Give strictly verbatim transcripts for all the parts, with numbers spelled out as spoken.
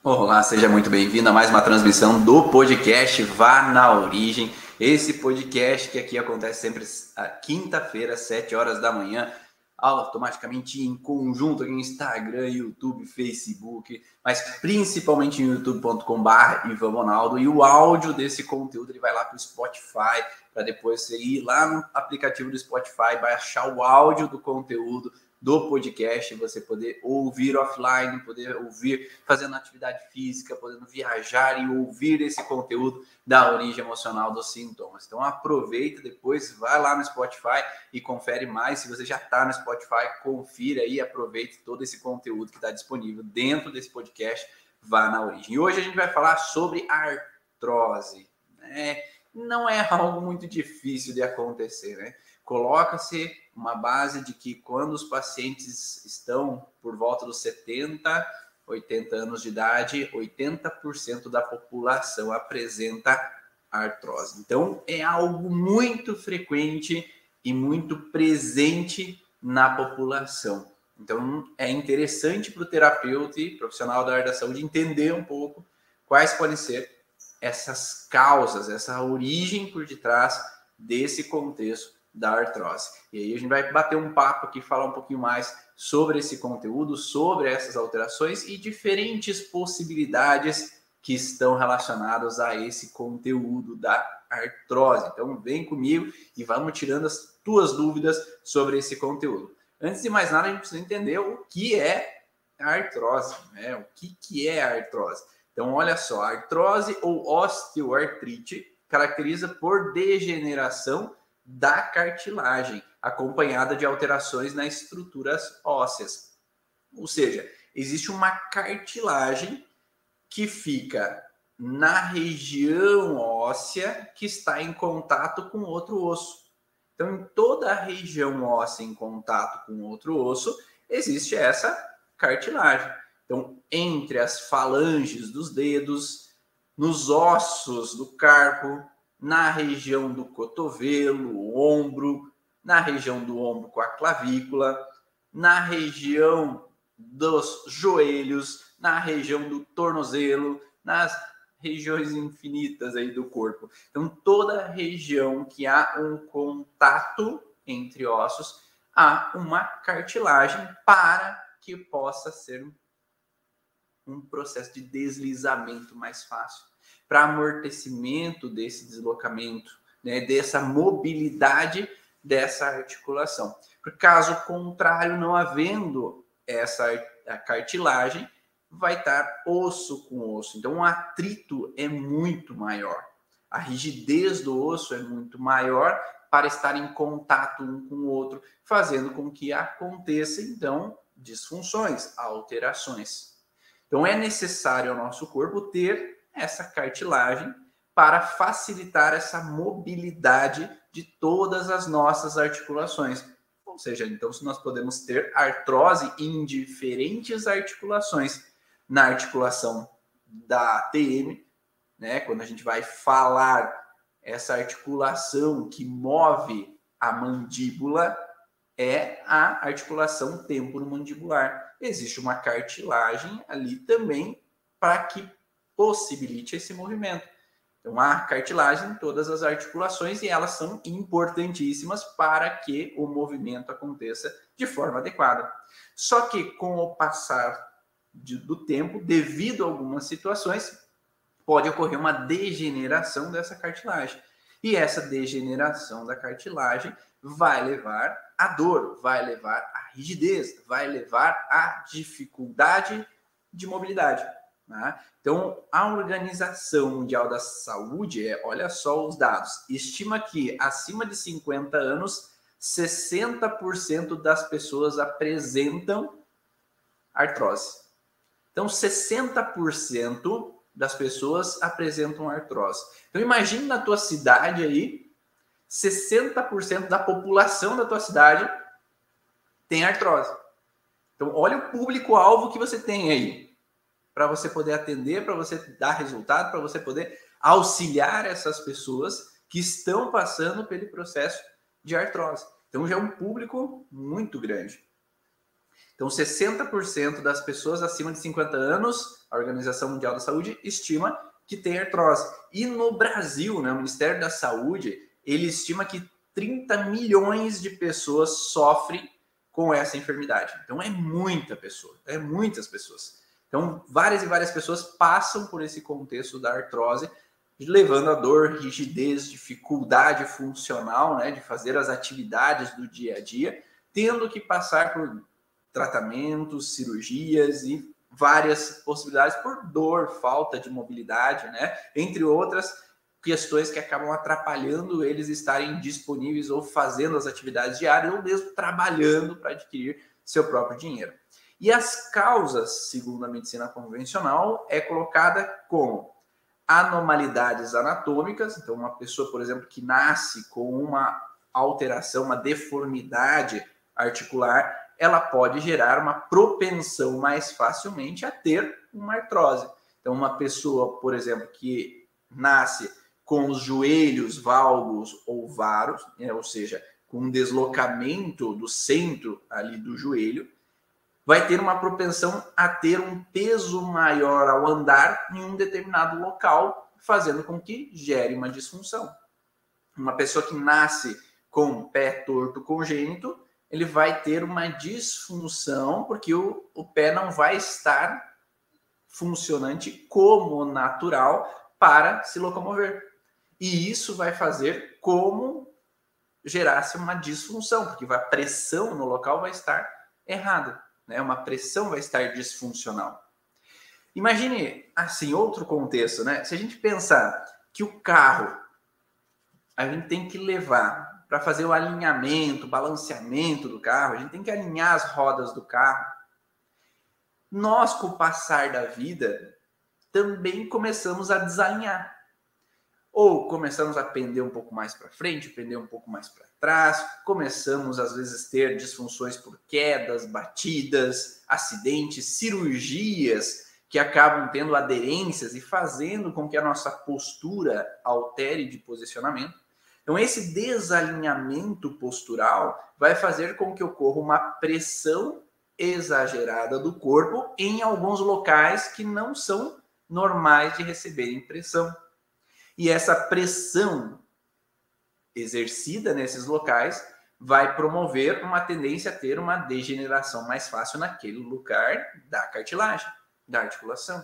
Olá, seja muito bem-vindo a mais uma transmissão do podcast Vá na Origem. Esse podcast que aqui acontece sempre à quinta-feira, às sete horas da manhã, automaticamente em conjunto aqui no Instagram, YouTube, Facebook, mas principalmente em youtube ponto com barra Ivan Ronaldo. E o áudio desse conteúdo ele vai lá para o Spotify, para depois você ir lá no aplicativo do Spotify, baixar o áudio do conteúdo do podcast, você poder ouvir offline, poder ouvir fazendo atividade física, podendo viajar e ouvir esse conteúdo da origem emocional dos sintomas. Então aproveita, depois vai lá no Spotify e confere mais. Se você já está no Spotify, confira aí, aproveite todo esse conteúdo que está disponível dentro desse podcast Vá na Origem. E hoje a gente vai falar sobre artrose, né? Não é algo muito difícil de acontecer, né? Coloca-se uma base de que quando os pacientes estão por volta dos setenta, oitenta anos de idade, oitenta por cento da população apresenta artrose. Então, é algo muito frequente e muito presente na população. Então, é interessante para o terapeuta e profissional da área da saúde entender um pouco quais podem ser essas causas, essa origem por detrás desse contexto da artrose. E aí a gente vai bater um papo aqui, falar um pouquinho mais sobre esse conteúdo, sobre essas alterações e diferentes possibilidades que estão relacionadas a esse conteúdo da artrose. Então vem comigo e vamos tirando as tuas dúvidas sobre esse conteúdo. Antes de mais nada, a gente precisa entender o que é a artrose, né? O que, que é a artrose? Então, olha só, a artrose ou osteoartrite caracteriza por degeneração da cartilagem, acompanhada de alterações nas estruturas ósseas. Ou seja, existe uma cartilagem que fica na região óssea que está em contato com outro osso. Então, em toda a região óssea em contato com outro osso, existe essa cartilagem. Então, entre as falanges dos dedos, nos ossos do carpo, na região do cotovelo, ombro, na região do ombro com a clavícula, na região dos joelhos, na região do tornozelo, nas regiões infinitas aí do corpo. Então, toda região que há um contato entre ossos, há uma cartilagem para que possa ser um processo de deslizamento mais fácil, para amortecimento desse deslocamento, né, dessa mobilidade dessa articulação. Por caso contrário, não havendo essa a cartilagem, vai estar osso com osso. Então, o atrito é muito maior. A rigidez do osso é muito maior para estar em contato um com o outro, fazendo com que aconteça, então, disfunções, alterações. Então, é necessário ao nosso corpo ter essa cartilagem para facilitar essa mobilidade de todas as nossas articulações. Ou seja, então, se nós podemos ter artrose em diferentes articulações, na articulação da T M, né, quando a gente vai falar essa articulação que move a mandíbula, é a articulação temporomandibular. Existe uma cartilagem ali também para que possibilite esse movimento. Então, há cartilagem em todas as articulações e elas são importantíssimas para que o movimento aconteça de forma adequada. Só que com o passar de, do tempo, devido a algumas situações, pode ocorrer uma degeneração dessa cartilagem. E essa degeneração da cartilagem vai levar à dor, vai levar à rigidez, vai levar à dificuldade de mobilidade. Né? Então, a Organização Mundial da Saúde, é, olha só os dados, estima que acima de cinquenta anos, sessenta por cento das pessoas apresentam artrose. Então, sessenta por cento das pessoas apresentam artrose. Então, imagine na tua cidade aí, sessenta por cento da população da tua cidade tem artrose. Então, olha o público-alvo que você tem aí, para você poder atender, para você dar resultado, para você poder auxiliar essas pessoas que estão passando pelo processo de artrose. Então, já é um público muito grande. Então, sessenta por cento das pessoas acima de cinquenta anos, a Organização Mundial da Saúde estima que tem artrose. E no Brasil, né, o Ministério da Saúde, ele estima que trinta milhões de pessoas sofrem com essa enfermidade. Então, é muita pessoa, é muitas pessoas. Então, várias e várias pessoas passam por esse contexto da artrose, levando a dor, rigidez, dificuldade funcional, né, de fazer as atividades do dia a dia, tendo que passar por tratamentos, cirurgias e várias possibilidades por dor, falta de mobilidade, né, entre outras questões que acabam atrapalhando eles estarem disponíveis ou fazendo as atividades diárias ou mesmo trabalhando para adquirir seu próprio dinheiro. E as causas, segundo a medicina convencional, é colocada como anormalidades anatômicas. Então, uma pessoa, por exemplo, que nasce com uma alteração, uma deformidade articular, ela pode gerar uma propensão mais facilmente a ter uma artrose. Então, uma pessoa, por exemplo, que nasce com os joelhos valgos ou varos, né, ou seja, com um deslocamento do centro ali do joelho, vai ter uma propensão a ter um peso maior ao andar em um determinado local, fazendo com que gere uma disfunção. Uma pessoa que nasce com o pé torto congênito, ele vai ter uma disfunção, porque o, o pé não vai estar funcionante como natural para se locomover. E isso vai fazer como gerasse uma disfunção, porque a pressão no local vai estar errada. Né? Uma pressão vai estar disfuncional. Imagine, assim, outro contexto, né? Se a gente pensar que o carro, a gente tem que levar para fazer o alinhamento, o balanceamento do carro, a gente tem que alinhar as rodas do carro. Nós, com o passar da vida, também começamos a desalinhar. Ou começamos a pender um pouco mais para frente, pender um pouco mais para trás, começamos às vezes a ter disfunções por quedas, batidas, acidentes, cirurgias que acabam tendo aderências e fazendo com que a nossa postura altere de posicionamento. Então esse desalinhamento postural vai fazer com que ocorra uma pressão exagerada do corpo em alguns locais que não são normais de receberem pressão. E essa pressão exercida nesses locais vai promover uma tendência a ter uma degeneração mais fácil naquele lugar da cartilagem, da articulação.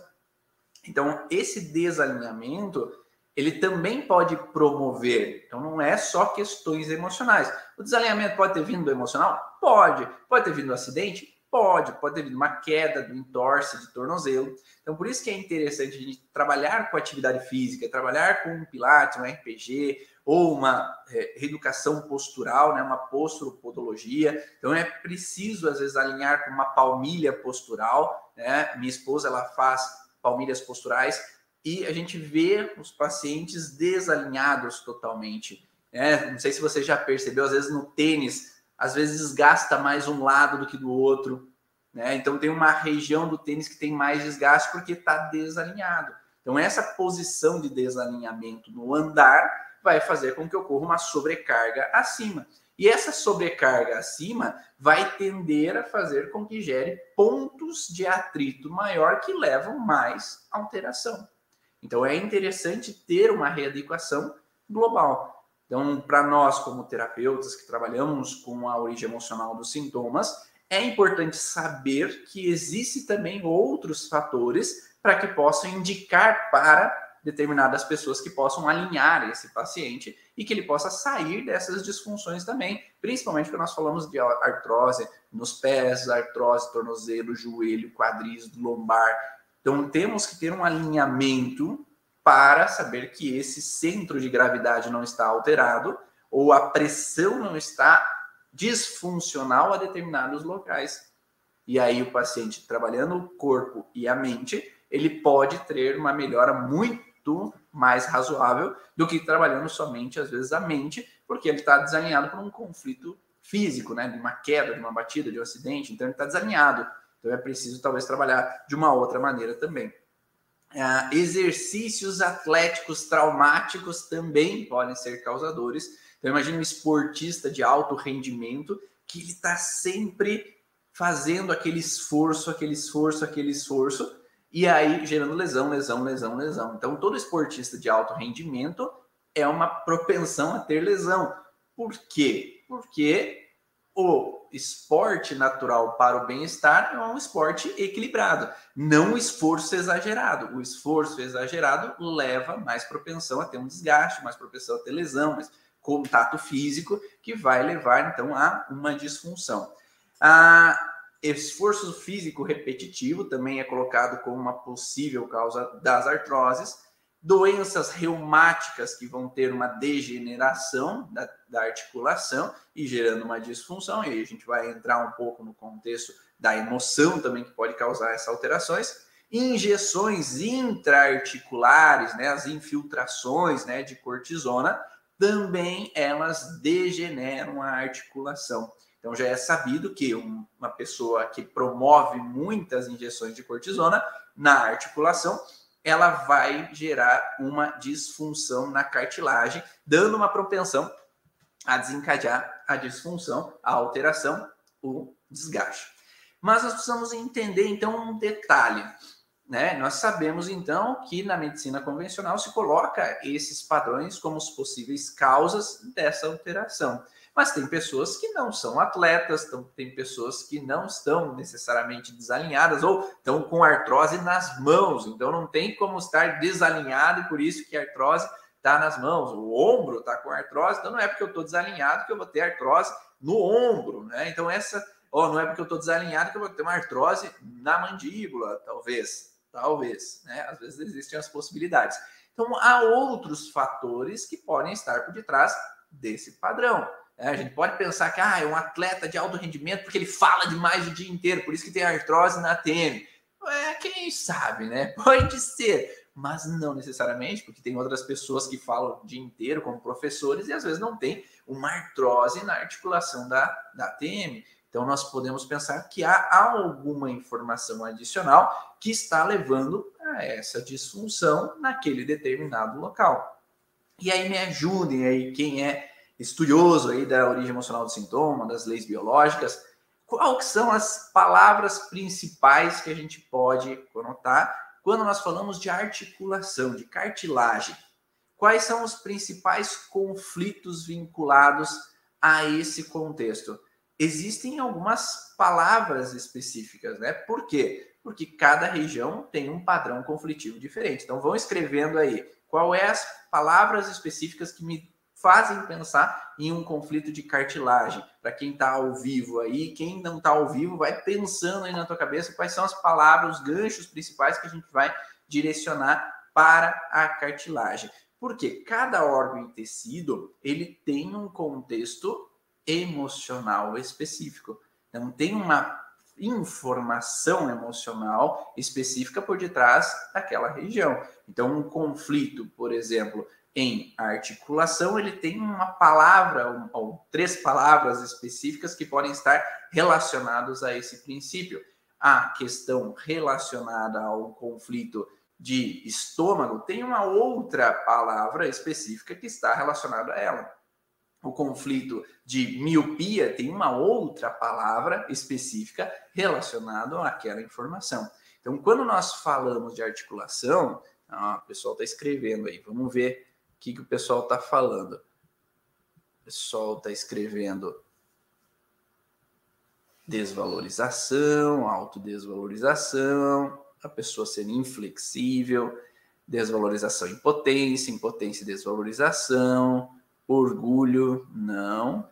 Então, esse desalinhamento, ele também pode promover, então não é só questões emocionais. O desalinhamento pode ter vindo do emocional? Pode. Pode ter vindo do acidente? Pode, pode ter vindo uma queda do entorse de tornozelo. Então, por isso que é interessante a gente trabalhar com atividade física, trabalhar com um pilates, um R P G, ou uma é, reeducação postural, né, uma posturopodologia. Então, é preciso, às vezes, alinhar com uma palmilha postural. Né? Minha esposa, ela faz palmilhas posturais e a gente vê os pacientes desalinhados totalmente. Né? Não sei se você já percebeu, às vezes, no tênis, às vezes gasta mais um lado do que do outro, né? Então tem uma região do tênis que tem mais desgaste porque está desalinhado. Então essa posição de desalinhamento no andar vai fazer com que ocorra uma sobrecarga acima. E essa sobrecarga acima vai tender a fazer com que gere pontos de atrito maior que levam mais alteração. Então é interessante ter uma readequação global. Então, para nós, como terapeutas que trabalhamos com a origem emocional dos sintomas, é importante saber que existem também outros fatores para que possam indicar para determinadas pessoas que possam alinhar esse paciente e que ele possa sair dessas disfunções também, principalmente quando nós falamos de artrose nos pés, artrose, tornozelo, joelho, quadris, lombar. Então, temos que ter um alinhamento para saber que esse centro de gravidade não está alterado ou a pressão não está disfuncional a determinados locais. E aí o paciente, trabalhando o corpo e a mente, ele pode ter uma melhora muito mais razoável do que trabalhando somente, às vezes, a mente, porque ele está desalinhado por um conflito físico, né? De uma queda, de uma batida, de um acidente, então ele está desalinhado. Então é preciso, talvez, trabalhar de uma outra maneira também. Uh, exercícios atléticos traumáticos também podem ser causadores. Então, imagine um esportista de alto rendimento que ele está sempre fazendo aquele esforço, aquele esforço, aquele esforço, e aí gerando lesão, lesão, lesão, lesão. Então, todo esportista de alto rendimento é uma propensão a ter lesão. Por quê? Porque o esporte natural para o bem-estar é um esporte equilibrado, não um esforço exagerado. O esforço exagerado leva mais propensão a ter um desgaste, mais propensão a ter lesão, mais contato físico, que vai levar, então, a uma disfunção. Ah, esforço físico repetitivo também é colocado como uma possível causa das artroses. Doenças reumáticas que vão ter uma degeneração da, da articulação e gerando uma disfunção. E aí a gente vai entrar um pouco no contexto da emoção também, que pode causar essas alterações. Injeções intraarticulares, né, as infiltrações, né, de cortisona, também elas degeneram a articulação. Então já é sabido que uma pessoa que promove muitas injeções de cortisona na articulação, ela vai gerar uma disfunção na cartilagem, dando uma propensão a desencadear a disfunção, a alteração, o desgaste. Mas nós precisamos entender, então, um detalhe, né? Nós sabemos, então, que na medicina convencional se coloca esses padrões como as possíveis causas dessa alteração. Mas tem pessoas que não são atletas, tem pessoas que não estão necessariamente desalinhadas ou estão com artrose nas mãos, então não tem como estar desalinhado e por isso que a artrose está nas mãos. O ombro está com artrose, então não é porque eu estou desalinhado que eu vou ter artrose no ombro, né? Então essa, ó, não é porque eu estou desalinhado que eu vou ter uma artrose na mandíbula, talvez, talvez, né? Às vezes existem as possibilidades. Então há outros fatores que podem estar por detrás desse padrão. É, a gente pode pensar que ah, é um atleta de alto rendimento porque ele fala demais o dia inteiro, por isso que tem artrose na T M. É, quem sabe, né? Pode ser, mas não necessariamente, porque tem outras pessoas que falam o dia inteiro, como professores, e às vezes não tem uma artrose na articulação da, da T M. Então, nós podemos pensar que há alguma informação adicional que está levando a essa disfunção naquele determinado local. E aí me ajudem aí, quem é estudioso aí da origem emocional do sintoma, das leis biológicas, quais são as palavras principais que a gente pode conotar quando nós falamos de articulação, de cartilagem? Quais são os principais conflitos vinculados a esse contexto? Existem algumas palavras específicas, né? Por quê? Porque cada região tem um padrão conflitivo diferente. Então, vão escrevendo aí qual é as palavras específicas que me fazem pensar em um conflito de cartilagem. Para quem está ao vivo aí, quem não está ao vivo, vai pensando aí na tua cabeça quais são as palavras, os ganchos principais que a gente vai direcionar para a cartilagem. Porque cada órgão e tecido, ele tem um contexto emocional específico. Então, tem uma informação emocional específica por detrás daquela região. Então, um conflito, por exemplo, em articulação, ele tem uma palavra um, ou três palavras específicas que podem estar relacionados a esse princípio. A questão relacionada ao conflito de estômago tem uma outra palavra específica que está relacionada a ela. O conflito de miopia tem uma outra palavra específica relacionada àquela informação. Então, quando nós falamos de articulação, ah, o pessoal está escrevendo aí, vamos ver o que, que o pessoal está falando. O pessoal está escrevendo desvalorização, autodesvalorização, a pessoa sendo inflexível, desvalorização, impotência, impotência e desvalorização, orgulho, não,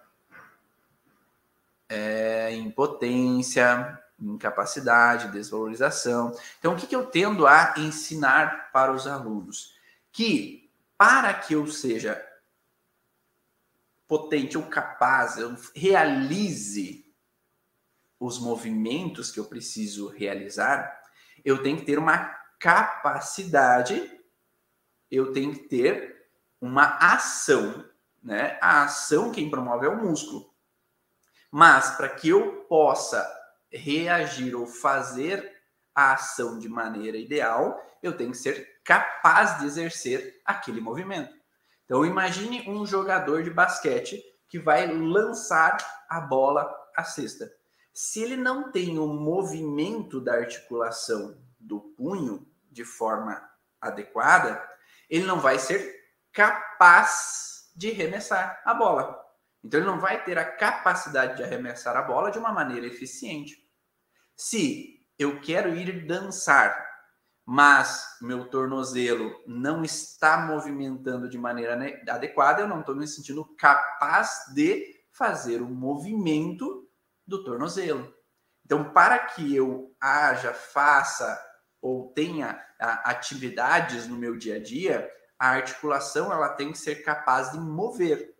é, impotência, incapacidade, desvalorização. Então, o que, que eu tendo a ensinar para os alunos? Que para que eu seja potente ou capaz, eu realize os movimentos que eu preciso realizar, eu tenho que ter uma capacidade, eu tenho que ter uma ação, né? A ação quem promove é o músculo. Mas para que eu possa reagir ou fazer a ação de maneira ideal, eu tenho que ser capaz de exercer aquele movimento. Então imagine um jogador de basquete que vai lançar a bola à cesta. Se ele não tem o movimento da articulação do punho de forma adequada, ele não vai ser capaz de arremessar a bola. Então, ele não vai ter a capacidade de arremessar a bola de uma maneira eficiente. Se eu quero ir dançar, mas meu tornozelo não está movimentando de maneira adequada, eu não estou me sentindo capaz de fazer o movimento do tornozelo. Então, para que eu haja, faça ou tenha a, atividades no meu dia a dia, a articulação ela tem que ser capaz de mover.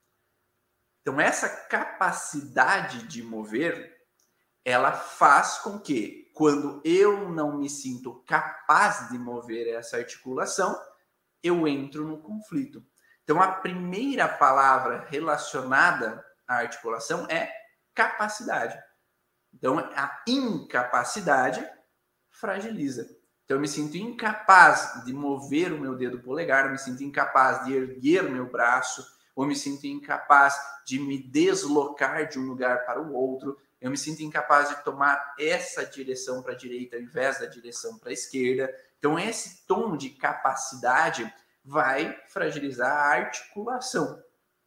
Então, essa capacidade de mover, ela faz com que, quando eu não me sinto capaz de mover essa articulação, eu entro no conflito. Então, a primeira palavra relacionada à articulação é capacidade. Então, a incapacidade fragiliza. Então, eu me sinto incapaz de mover o meu dedo polegar, eu me sinto incapaz de erguer o meu braço, ou me sinto incapaz de me deslocar de um lugar para o outro, eu me sinto incapaz de tomar essa direção para a direita ao invés da direção para a esquerda. Então, esse tom de capacidade vai fragilizar a articulação.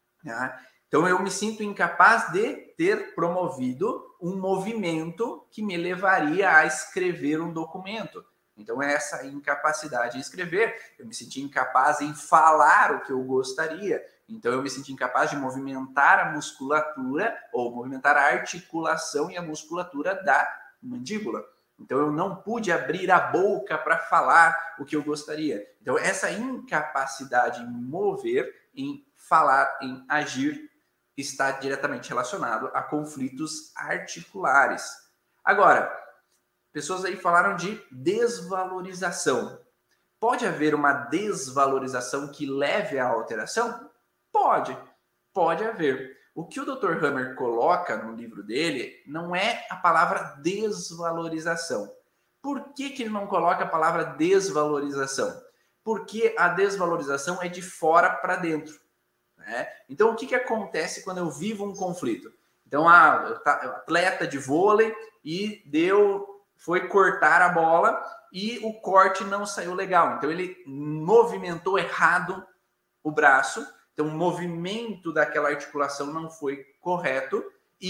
Tá? Então, eu me sinto incapaz de ter promovido um movimento que me levaria a escrever um documento. Então, essa incapacidade em escrever, eu me senti incapaz em falar o que eu gostaria. Então, eu me senti incapaz de movimentar a musculatura ou movimentar a articulação e a musculatura da mandíbula. Então, eu não pude abrir a boca para falar o que eu gostaria. Então, essa incapacidade em mover, em falar, em agir, está diretamente relacionado a conflitos articulares. Agora, pessoas aí falaram de desvalorização. Pode haver uma desvalorização que leve à alteração? Pode, pode haver. O que o doutor Hammer coloca no livro dele não é a palavra desvalorização. Por que que ele não coloca a palavra desvalorização? Porque a desvalorização é de fora para dentro. Né? Então, o que que acontece quando eu vivo um conflito? Então, ah, atleta de vôlei e deu, foi cortar a bola e o corte não saiu legal. Então, ele movimentou errado o braço. Então, o movimento daquela articulação não foi correto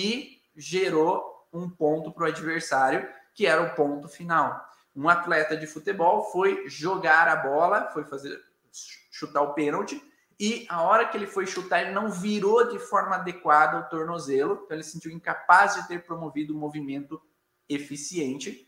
e gerou um ponto para o adversário, que era o ponto final. Um atleta de futebol foi jogar a bola, foi fazer chutar o pênalti, e a hora que ele foi chutar, ele não virou de forma adequada o tornozelo, então ele se sentiu incapaz de ter promovido um movimento eficiente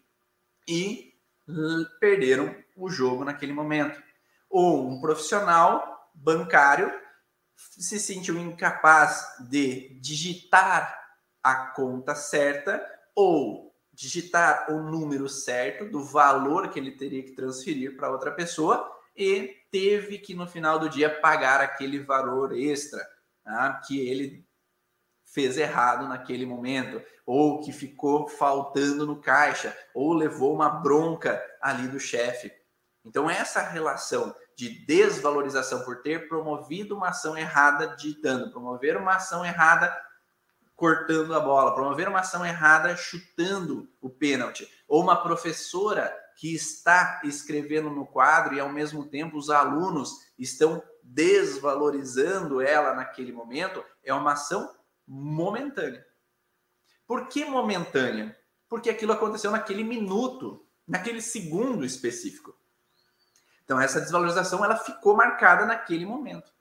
e perderam o jogo naquele momento. Ou um profissional bancário se sentiu incapaz de digitar a conta certa ou digitar o número certo do valor que ele teria que transferir para outra pessoa e teve que, no final do dia, pagar aquele valor extra, tá? Que ele fez errado naquele momento, ou que ficou faltando no caixa, ou levou uma bronca ali do chefe. Então, essa relação de desvalorização por ter promovido uma ação errada digitando, promover uma ação errada cortando a bola, promover uma ação errada chutando o pênalti, ou uma professora que está escrevendo no quadro e, ao mesmo tempo, os alunos estão desvalorizando ela naquele momento, é uma ação momentânea. Por que momentânea? Porque aquilo aconteceu naquele minuto, naquele segundo específico. Então, essa desvalorização ela ficou marcada naquele momento.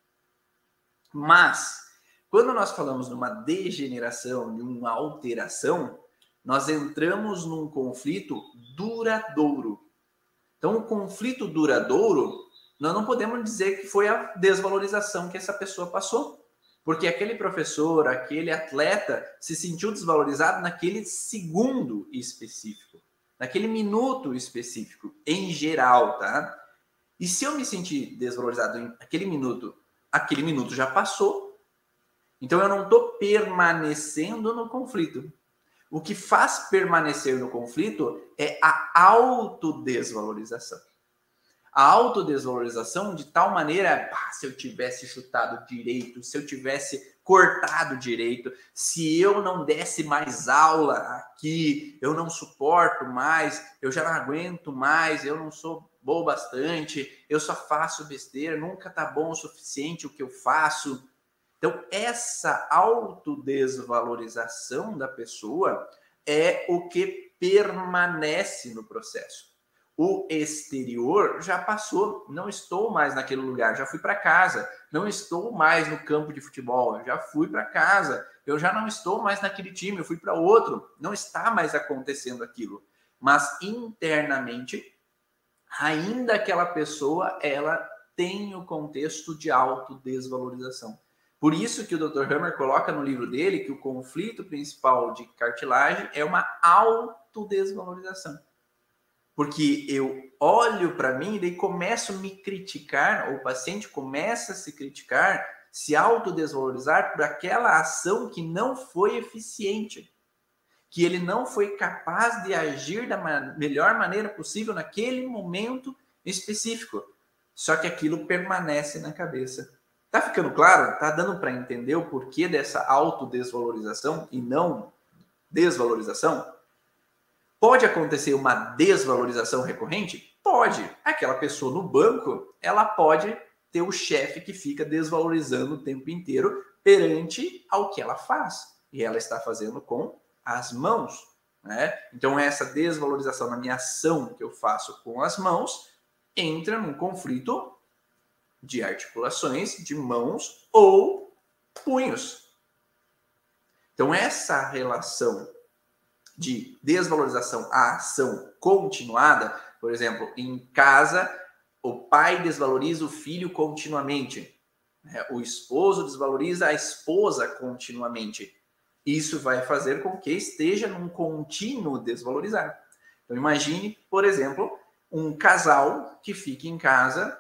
Mas, quando nós falamos de uma degeneração, de uma alteração, nós entramos num conflito duradouro. Então, o conflito duradouro, nós não podemos dizer que foi a desvalorização que essa pessoa passou. Porque aquele professor, aquele atleta se sentiu desvalorizado naquele segundo específico, naquele minuto específico, em geral, tá? E se eu me sentir desvalorizado naquele minuto, aquele minuto já passou, então eu não estou permanecendo no conflito. O que faz permanecer no conflito é a autodesvalorização. A autodesvalorização de tal maneira, ah, se eu tivesse chutado direito, se eu tivesse cortado direito, se eu não desse mais aula aqui, eu não suporto mais, eu já não aguento mais, eu não sou bom bastante, eu só faço besteira, nunca tá bom o suficiente o que eu faço. Então, essa autodesvalorização da pessoa é o que permanece no processo. O exterior já passou, não estou mais naquele lugar, já fui para casa, não estou mais no campo de futebol, já fui para casa, eu já não estou mais naquele time, eu fui para outro, não está mais acontecendo aquilo. Mas internamente, ainda aquela pessoa, ela tem o contexto de autodesvalorização. Por isso que o doutor Hammer coloca no livro dele que o conflito principal de cartilagem é uma autodesvalorização. Porque eu olho para mim e daí começo a me criticar, ou o paciente começa a se criticar, se autodesvalorizar por aquela ação que não foi eficiente, que ele não foi capaz de agir da ma- melhor maneira possível naquele momento específico. Só que aquilo permanece na cabeça. Tá ficando claro? Tá dando para entender o porquê dessa autodesvalorização e não desvalorização? Pode acontecer uma desvalorização recorrente? Pode. Aquela pessoa no banco, ela pode ter o chefe que fica desvalorizando o tempo inteiro perante ao que ela faz. E ela está fazendo com as mãos, né? Então, essa desvalorização na minha ação que eu faço com as mãos entra num conflito de articulações, de mãos ou punhos. Então, essa relação de desvalorização à ação continuada, por exemplo, em casa, o pai desvaloriza o filho continuamente, né? O esposo desvaloriza a esposa continuamente. Isso vai fazer com que esteja num contínuo desvalorizar. Então, imagine, por exemplo, um casal que fica em casa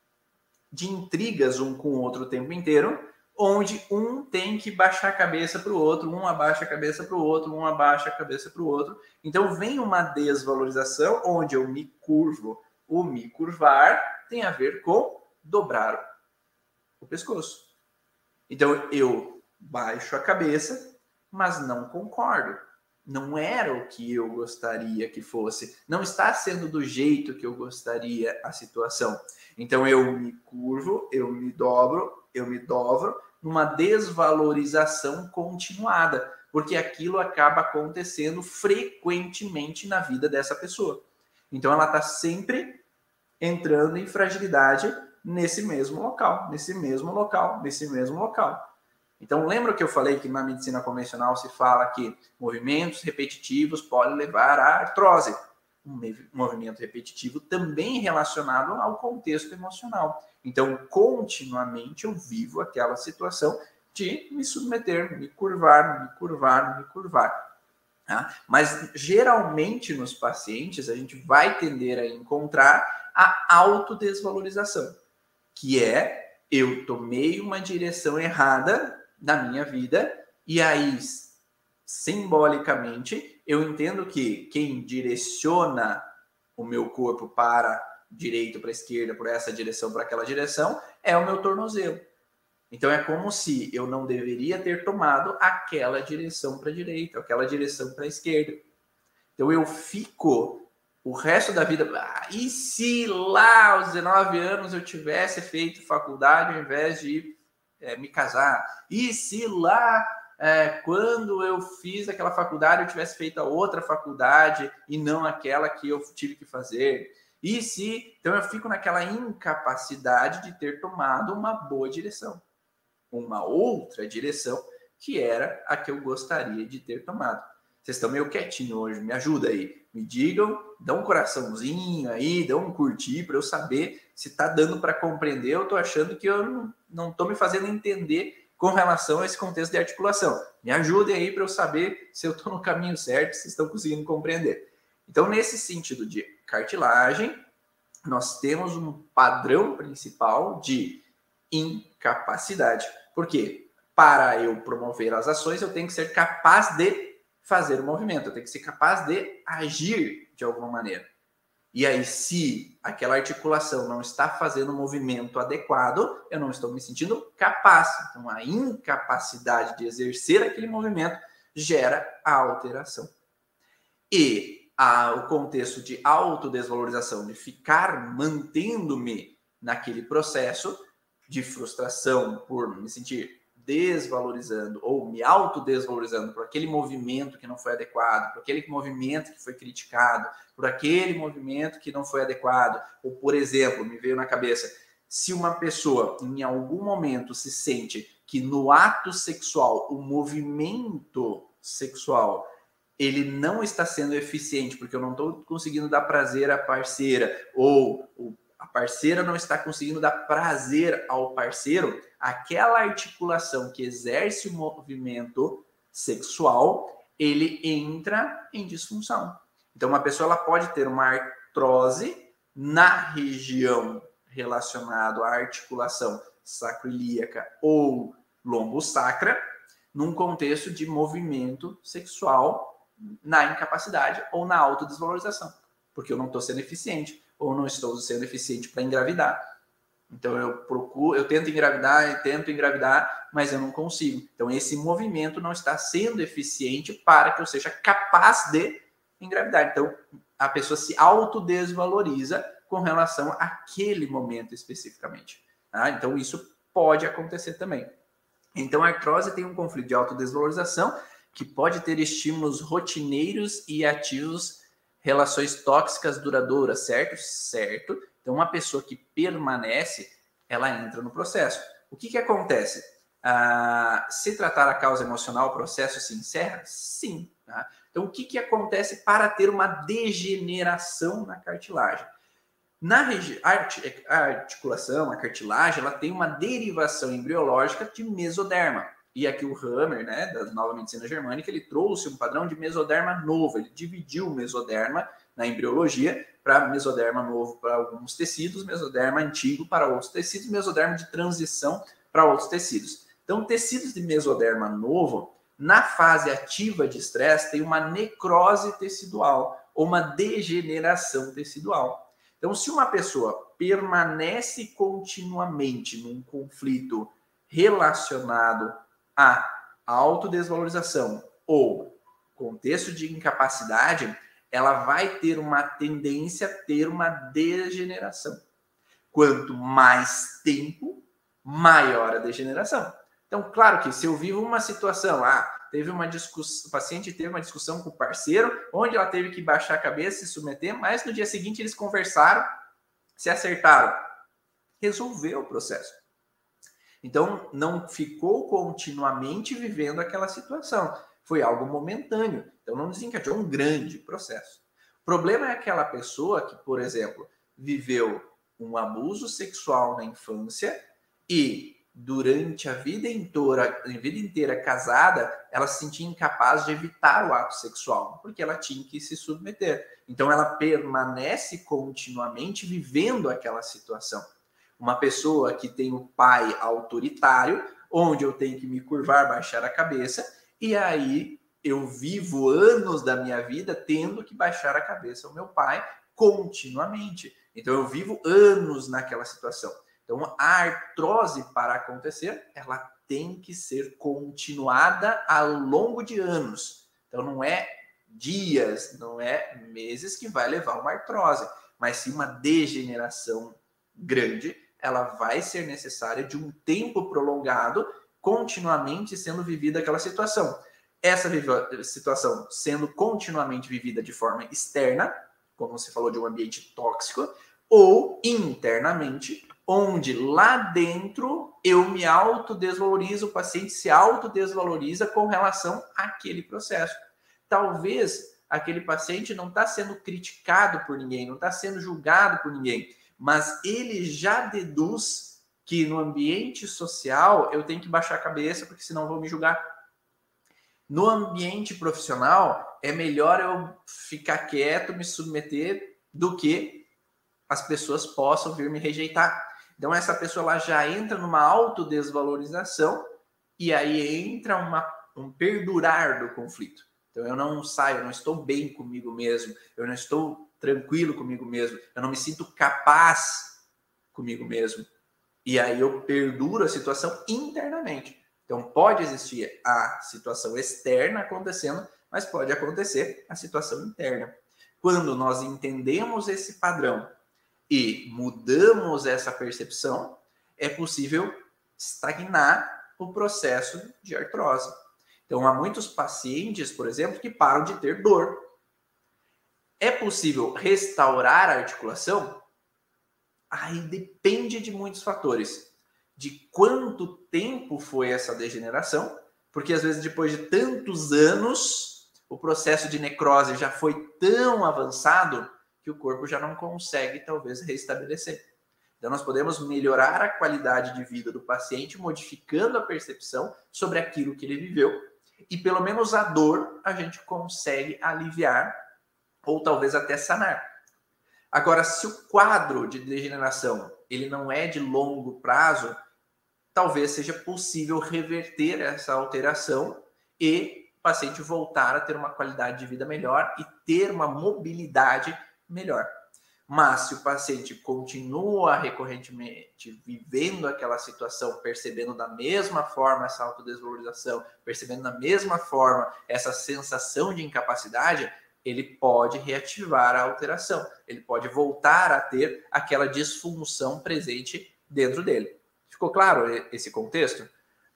de intrigas um com o outro o tempo inteiro, onde um tem que baixar a cabeça para o outro, um abaixa a cabeça para o outro, um abaixa a cabeça para o outro. Então, vem uma desvalorização onde eu me curvo. O me curvar tem a ver com dobrar o pescoço. Então, eu baixo a cabeça, mas não concordo. Não era o que eu gostaria que fosse. Não está sendo do jeito que eu gostaria a situação. Então, eu me curvo, eu me dobro, eu me dobro numa desvalorização continuada, porque aquilo acaba acontecendo frequentemente na vida dessa pessoa. Então, ela está sempre entrando em fragilidade nesse mesmo local, nesse mesmo local, nesse mesmo local. Então, lembra que eu falei que na medicina convencional se fala que movimentos repetitivos podem levar à artrose? Um movimento repetitivo também relacionado ao contexto emocional. Então, continuamente eu vivo aquela situação de me submeter, me curvar, me curvar, me curvar. Tá? Mas, geralmente, nos pacientes, a gente vai tender a encontrar a autodesvalorização, que é eu tomei uma direção errada da minha vida, e aí, simbolicamente, eu entendo que quem direciona o meu corpo para direita, para esquerda, por essa direção, para aquela direção, é o meu tornozelo. Então, é como se eu não deveria ter tomado aquela direção para a direita, aquela direção para a esquerda. Então, eu fico o resto da vida... Ah, e se lá, aos dezenove anos, eu tivesse feito faculdade ao invés de É, me casar? E se lá, é, quando eu fiz aquela faculdade, eu tivesse feito a outra faculdade e não aquela que eu tive que fazer? E se... Então, eu fico naquela incapacidade de ter tomado uma boa direção. Uma outra direção que era a que eu gostaria de ter tomado. Vocês estão meio quietinhos hoje, me ajuda aí. Me digam, dá um coraçãozinho aí, dá um curtir para eu saber se está dando para compreender. Eu estou achando que eu não estou me fazendo entender com relação a esse contexto de articulação. Me ajudem aí para eu saber se eu estou no caminho certo, se estão conseguindo compreender. Então, nesse sentido de cartilagem, nós temos um padrão principal de incapacidade. Por quê? Para eu promover as ações, eu tenho que ser capaz de fazer o movimento, eu tenho que ser capaz de agir de alguma maneira. E aí, se aquela articulação não está fazendo o movimento adequado, eu não estou me sentindo capaz. Então, a incapacidade de exercer aquele movimento gera a alteração. E a, o contexto de autodesvalorização, de ficar mantendo-me naquele processo de frustração por me sentir desvalorizando ou me autodesvalorizando por aquele movimento que não foi adequado, por aquele movimento que foi criticado, por aquele movimento que não foi adequado. Ou, por exemplo, me veio na cabeça, se uma pessoa em algum momento se sente que no ato sexual, o movimento sexual, ele não está sendo eficiente porque eu não estou conseguindo dar prazer à parceira, ou o a parceira não está conseguindo dar prazer ao parceiro, aquela articulação que exerce o movimento sexual, ele entra em disfunção. Então, uma pessoa ela pode ter uma artrose na região relacionada à articulação sacroiliaca ou lombosacra, num contexto de movimento sexual na incapacidade ou na autodesvalorização, porque eu não estou sendo eficiente ou não estou sendo eficiente para engravidar. Então eu procuro, eu tento engravidar, eu tento engravidar, mas eu não consigo. Então esse movimento não está sendo eficiente para que eu seja capaz de engravidar. Então a pessoa se autodesvaloriza com relação àquele momento especificamente. Tá? Então isso pode acontecer também. Então a artrose tem um conflito de autodesvalorização que pode ter estímulos rotineiros e ativos, relações tóxicas duradouras, certo? Certo. Então, uma pessoa que permanece, ela entra no processo. O que que acontece? Ah, se tratar a causa emocional, o processo se encerra? Sim. Tá? Então, o que que acontece para ter uma degeneração na cartilagem? Na regi- a articulação, a cartilagem, ela tem uma derivação embriológica de mesoderma. E aqui o Hammer, né, da nova medicina germânica, ele trouxe um padrão de mesoderma novo. Ele dividiu o mesoderma na embriologia para mesoderma novo para alguns tecidos, mesoderma antigo para outros tecidos, mesoderma de transição para outros tecidos. Então, tecidos de mesoderma novo, na fase ativa de estresse, tem uma necrose tecidual ou uma degeneração tecidual. Então, se uma pessoa permanece continuamente num conflito relacionado a autodesvalorização ou contexto de incapacidade, ela vai ter uma tendência a ter uma degeneração. Quanto mais tempo, maior a degeneração. Então, claro que se eu vivo uma situação, ah, teve uma discussão, o paciente teve uma discussão com o parceiro, onde ela teve que baixar a cabeça e se submeter, mas no dia seguinte eles conversaram, se acertaram, resolveu o processo. Então, não ficou continuamente vivendo aquela situação. Foi algo momentâneo. Então, não desencadeou um grande processo. O problema é aquela pessoa que, por exemplo, viveu um abuso sexual na infância e, durante a vida inteira, a vida inteira casada, ela se sentia incapaz de evitar o ato sexual, porque ela tinha que se submeter. Então, ela permanece continuamente vivendo aquela situação. Uma pessoa que tem um pai autoritário, onde eu tenho que me curvar, baixar a cabeça, e aí eu vivo anos da minha vida tendo que baixar a cabeça ao meu pai continuamente. Então eu vivo anos naquela situação. Então a artrose, para acontecer, ela tem que ser continuada ao longo de anos. Então não é dias, não é meses que vai levar uma artrose, mas sim uma degeneração grande. Ela vai ser necessária de um tempo prolongado, continuamente sendo vivida aquela situação. Essa situação sendo continuamente vivida de forma externa, como você falou, de um ambiente tóxico, ou internamente, onde lá dentro eu me autodesvalorizo, o paciente se autodesvaloriza com relação àquele processo. Talvez aquele paciente não está sendo criticado por ninguém, não está sendo julgado por ninguém, mas ele já deduz que no ambiente social eu tenho que baixar a cabeça, porque senão vão me julgar. No ambiente profissional, é melhor eu ficar quieto, me submeter, do que as pessoas possam vir me rejeitar. Então, essa pessoa ela já entra numa autodesvalorização e aí entra uma, um perdurar do conflito. Então eu não saio, eu não estou bem comigo mesmo, eu não estou tranquilo comigo mesmo, eu não me sinto capaz comigo mesmo. E aí eu perduro a situação internamente. Então pode existir a situação externa acontecendo, mas pode acontecer a situação interna. Quando nós entendemos esse padrão e mudamos essa percepção, é possível estagnar o processo de artrose. Então, há muitos pacientes, por exemplo, que param de ter dor. É possível restaurar a articulação? Aí depende de muitos fatores. De quanto tempo foi essa degeneração, porque às vezes depois de tantos anos, o processo de necrose já foi tão avançado que o corpo já não consegue, talvez, restabelecer. Então, nós podemos melhorar a qualidade de vida do paciente, modificando a percepção sobre aquilo que ele viveu, e pelo menos a dor a gente consegue aliviar, ou talvez até sanar. Agora, se o quadro de degeneração ele não é de longo prazo, talvez seja possível reverter essa alteração e o paciente voltar a ter uma qualidade de vida melhor e ter uma mobilidade melhor. Mas se o paciente continua recorrentemente vivendo aquela situação, percebendo da mesma forma essa autodesvalorização, percebendo da mesma forma essa sensação de incapacidade, ele pode reativar a alteração, ele pode voltar a ter aquela disfunção presente dentro dele. Ficou claro esse contexto?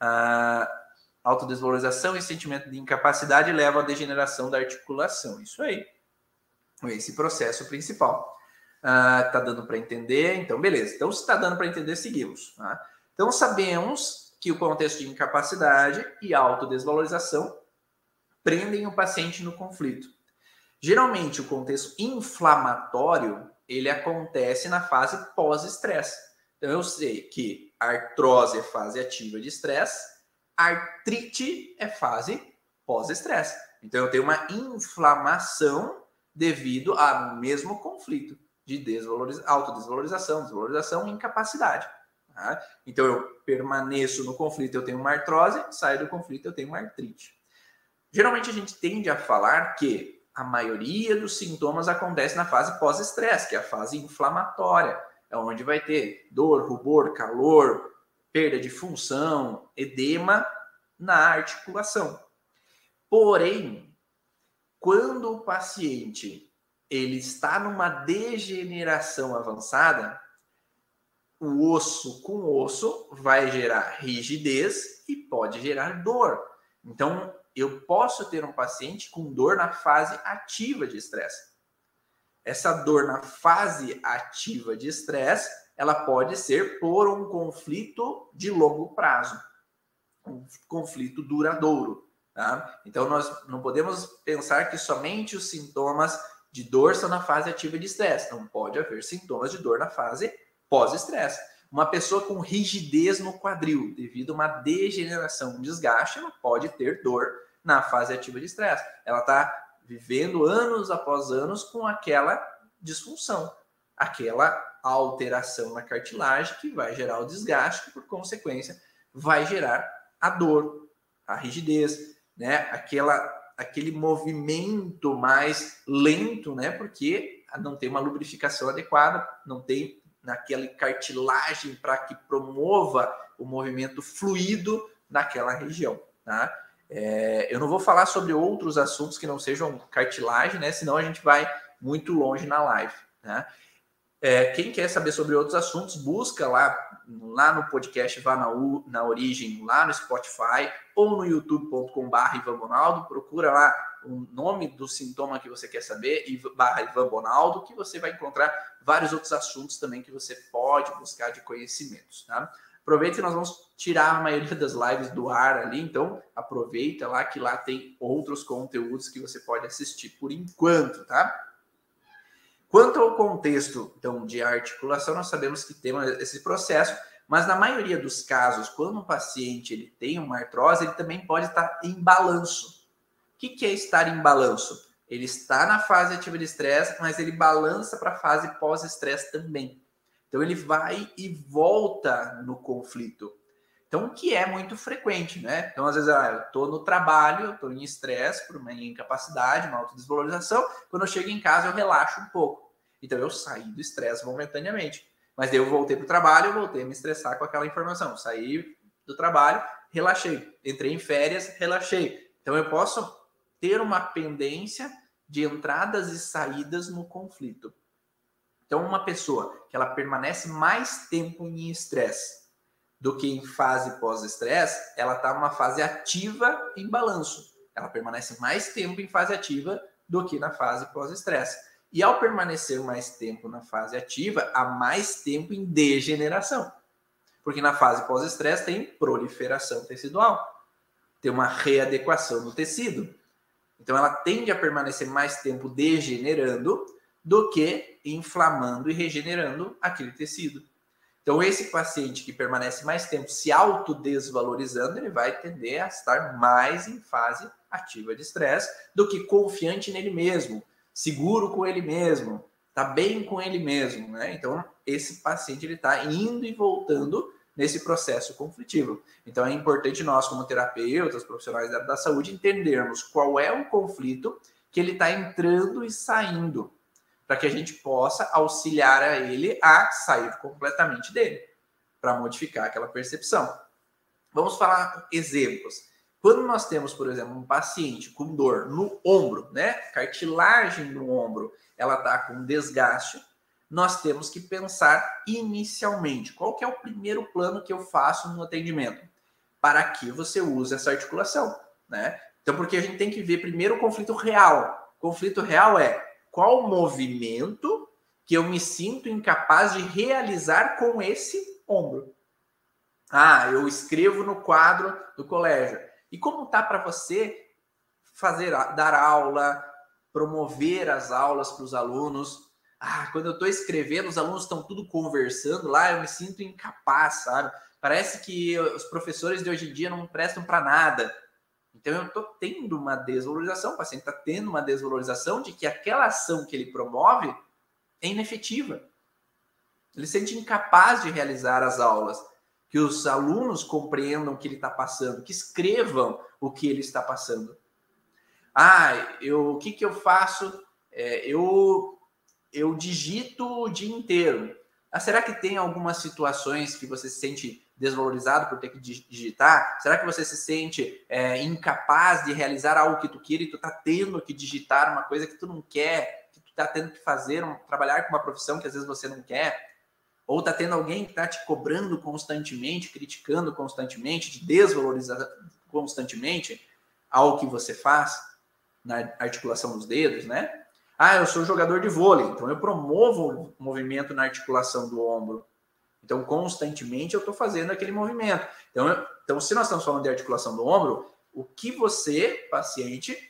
A autodesvalorização e sentimento de incapacidade levam à degeneração da articulação. Isso aí. Esse processo principal. Uh, tá dando para entender? Então, beleza. Então, se está dando para entender, seguimos. Tá? Então, sabemos que o contexto de incapacidade e autodesvalorização prendem o paciente no conflito. Geralmente, o contexto inflamatório, ele acontece na fase pós-estresse. Então, eu sei que artrose é fase ativa de estresse, artrite é fase pós-estresse. Então, eu tenho uma inflamação devido ao mesmo conflito de desvaloriza- autodesvalorização, desvalorização e incapacidade. Tá? Então, eu permaneço no conflito, eu tenho uma artrose, saio do conflito, eu tenho uma artrite. Geralmente, a gente tende a falar que a maioria dos sintomas acontece na fase pós-estresse, que é a fase inflamatória, é onde vai ter dor, rubor, calor, perda de função, edema na articulação. Porém, quando o paciente ele está numa degeneração avançada, o osso com osso vai gerar rigidez e pode gerar dor. Então, eu posso ter um paciente com dor na fase ativa de estresse. Essa dor na fase ativa de estresse, ela pode ser por um conflito de longo prazo, um conflito duradouro. Tá? Então, nós não podemos pensar que somente os sintomas de dor são na fase ativa de estresse. Não pode haver sintomas de dor na fase pós-estresse. Uma pessoa com rigidez no quadril, devido a uma degeneração, um desgaste, ela pode ter dor na fase ativa de estresse. Ela está vivendo anos após anos com aquela disfunção, aquela alteração na cartilagem que vai gerar o desgaste, que por consequência vai gerar a dor, a rigidez, né? Aquela, aquele movimento mais lento, né? Porque não tem uma lubrificação adequada, não tem naquela cartilagem para que promova o movimento fluido naquela região, tá? É, eu não vou falar sobre outros assuntos que não sejam cartilagem, né? Senão a gente vai muito longe na live, né? É, quem quer saber sobre outros assuntos, busca lá, lá no podcast Vá na, U, na Origem, lá no Spotify ou no youtube ponto com barra Ivan Bonaldo. Procura lá o nome do sintoma que você quer saber e barra Ivan Bonaldo, que você vai encontrar vários outros assuntos também que você pode buscar de conhecimentos, tá? Aproveita que nós vamos tirar a maioria das lives do ar ali, então aproveita lá que lá tem outros conteúdos que você pode assistir por enquanto, tá? Quanto ao contexto, então, de articulação, nós sabemos que tem esse processo, mas na maioria dos casos, quando um paciente ele tem uma artrose, ele também pode estar em balanço. O que é estar em balanço? Ele está na fase ativa de estresse, mas ele balança para a fase pós-estresse também. Então, ele vai e volta no conflito. Então, o que é muito frequente, né? Então, às vezes, ah, eu estou no trabalho, estou em estresse por uma incapacidade, uma autodesvalorização. Quando eu chego em casa, eu relaxo um pouco. Então, eu saí do estresse momentaneamente. Mas daí eu voltei para o trabalho, eu voltei a me estressar com aquela informação. Saí do trabalho, relaxei. Entrei em férias, relaxei. Então, eu posso ter uma pendência de entradas e saídas no conflito. Então, uma pessoa que ela permanece mais tempo em estresse do que em fase pós-estresse, ela está numa fase ativa em balanço. Ela permanece mais tempo em fase ativa do que na fase pós-estresse. E ao permanecer mais tempo na fase ativa, há mais tempo em degeneração. Porque na fase pós-estresse tem proliferação tecidual, tem uma readequação do tecido. Então ela tende a permanecer mais tempo degenerando do que inflamando e regenerando aquele tecido. Então, esse paciente que permanece mais tempo se autodesvalorizando, ele vai tender a estar mais em fase ativa de estresse do que confiante nele mesmo, seguro com ele mesmo, está bem com ele mesmo, né? Então, esse paciente ele está indo e voltando nesse processo conflitivo. Então, é importante nós, como terapeutas, profissionais da, da saúde, entendermos qual é o conflito que ele está entrando e saindo, para que a gente possa auxiliar a ele a sair completamente dele, para modificar aquela percepção. Vamos falar exemplos. Quando nós temos, por exemplo, um paciente com dor no ombro, né? Cartilagem no ombro, ela está com desgaste, nós temos que pensar inicialmente, qual que é o primeiro plano que eu faço no atendimento? Para que você use essa articulação, né? Então, porque a gente tem que ver primeiro o conflito real. O conflito real é qual movimento que eu me sinto incapaz de realizar com esse ombro. Ah, eu escrevo no quadro do colégio. E como tá para você fazer, dar aula, promover as aulas para os alunos? Ah, quando eu estou escrevendo, os alunos estão tudo conversando lá, eu me sinto incapaz, sabe? Parece que os professores de hoje em dia não prestam para nada. Então, eu estou tendo uma desvalorização, o paciente está tendo uma desvalorização de que aquela ação que ele promove é inefetiva. Ele se sente incapaz de realizar as aulas, que os alunos compreendam o que ele está passando, que escrevam o que ele está passando. Ah, eu, o que, que eu faço? É, eu, eu digito o dia inteiro. Ah, será que tem algumas situações que você se sente desvalorizado por ter que digitar? Será que você se sente é, incapaz de realizar algo que tu queira e tu tá tendo que digitar uma coisa que tu não quer, que tu tá tendo que fazer, um, trabalhar com uma profissão que às vezes você não quer? Ou tá tendo alguém que tá te cobrando constantemente, criticando constantemente, te desvalorizando constantemente ao que você faz na articulação dos dedos, né? Ah, eu sou jogador de vôlei, então eu promovo o movimento na articulação do ombro. Então, constantemente eu estou fazendo aquele movimento. Então, eu, então, se nós estamos falando de articulação do ombro, o que você, paciente,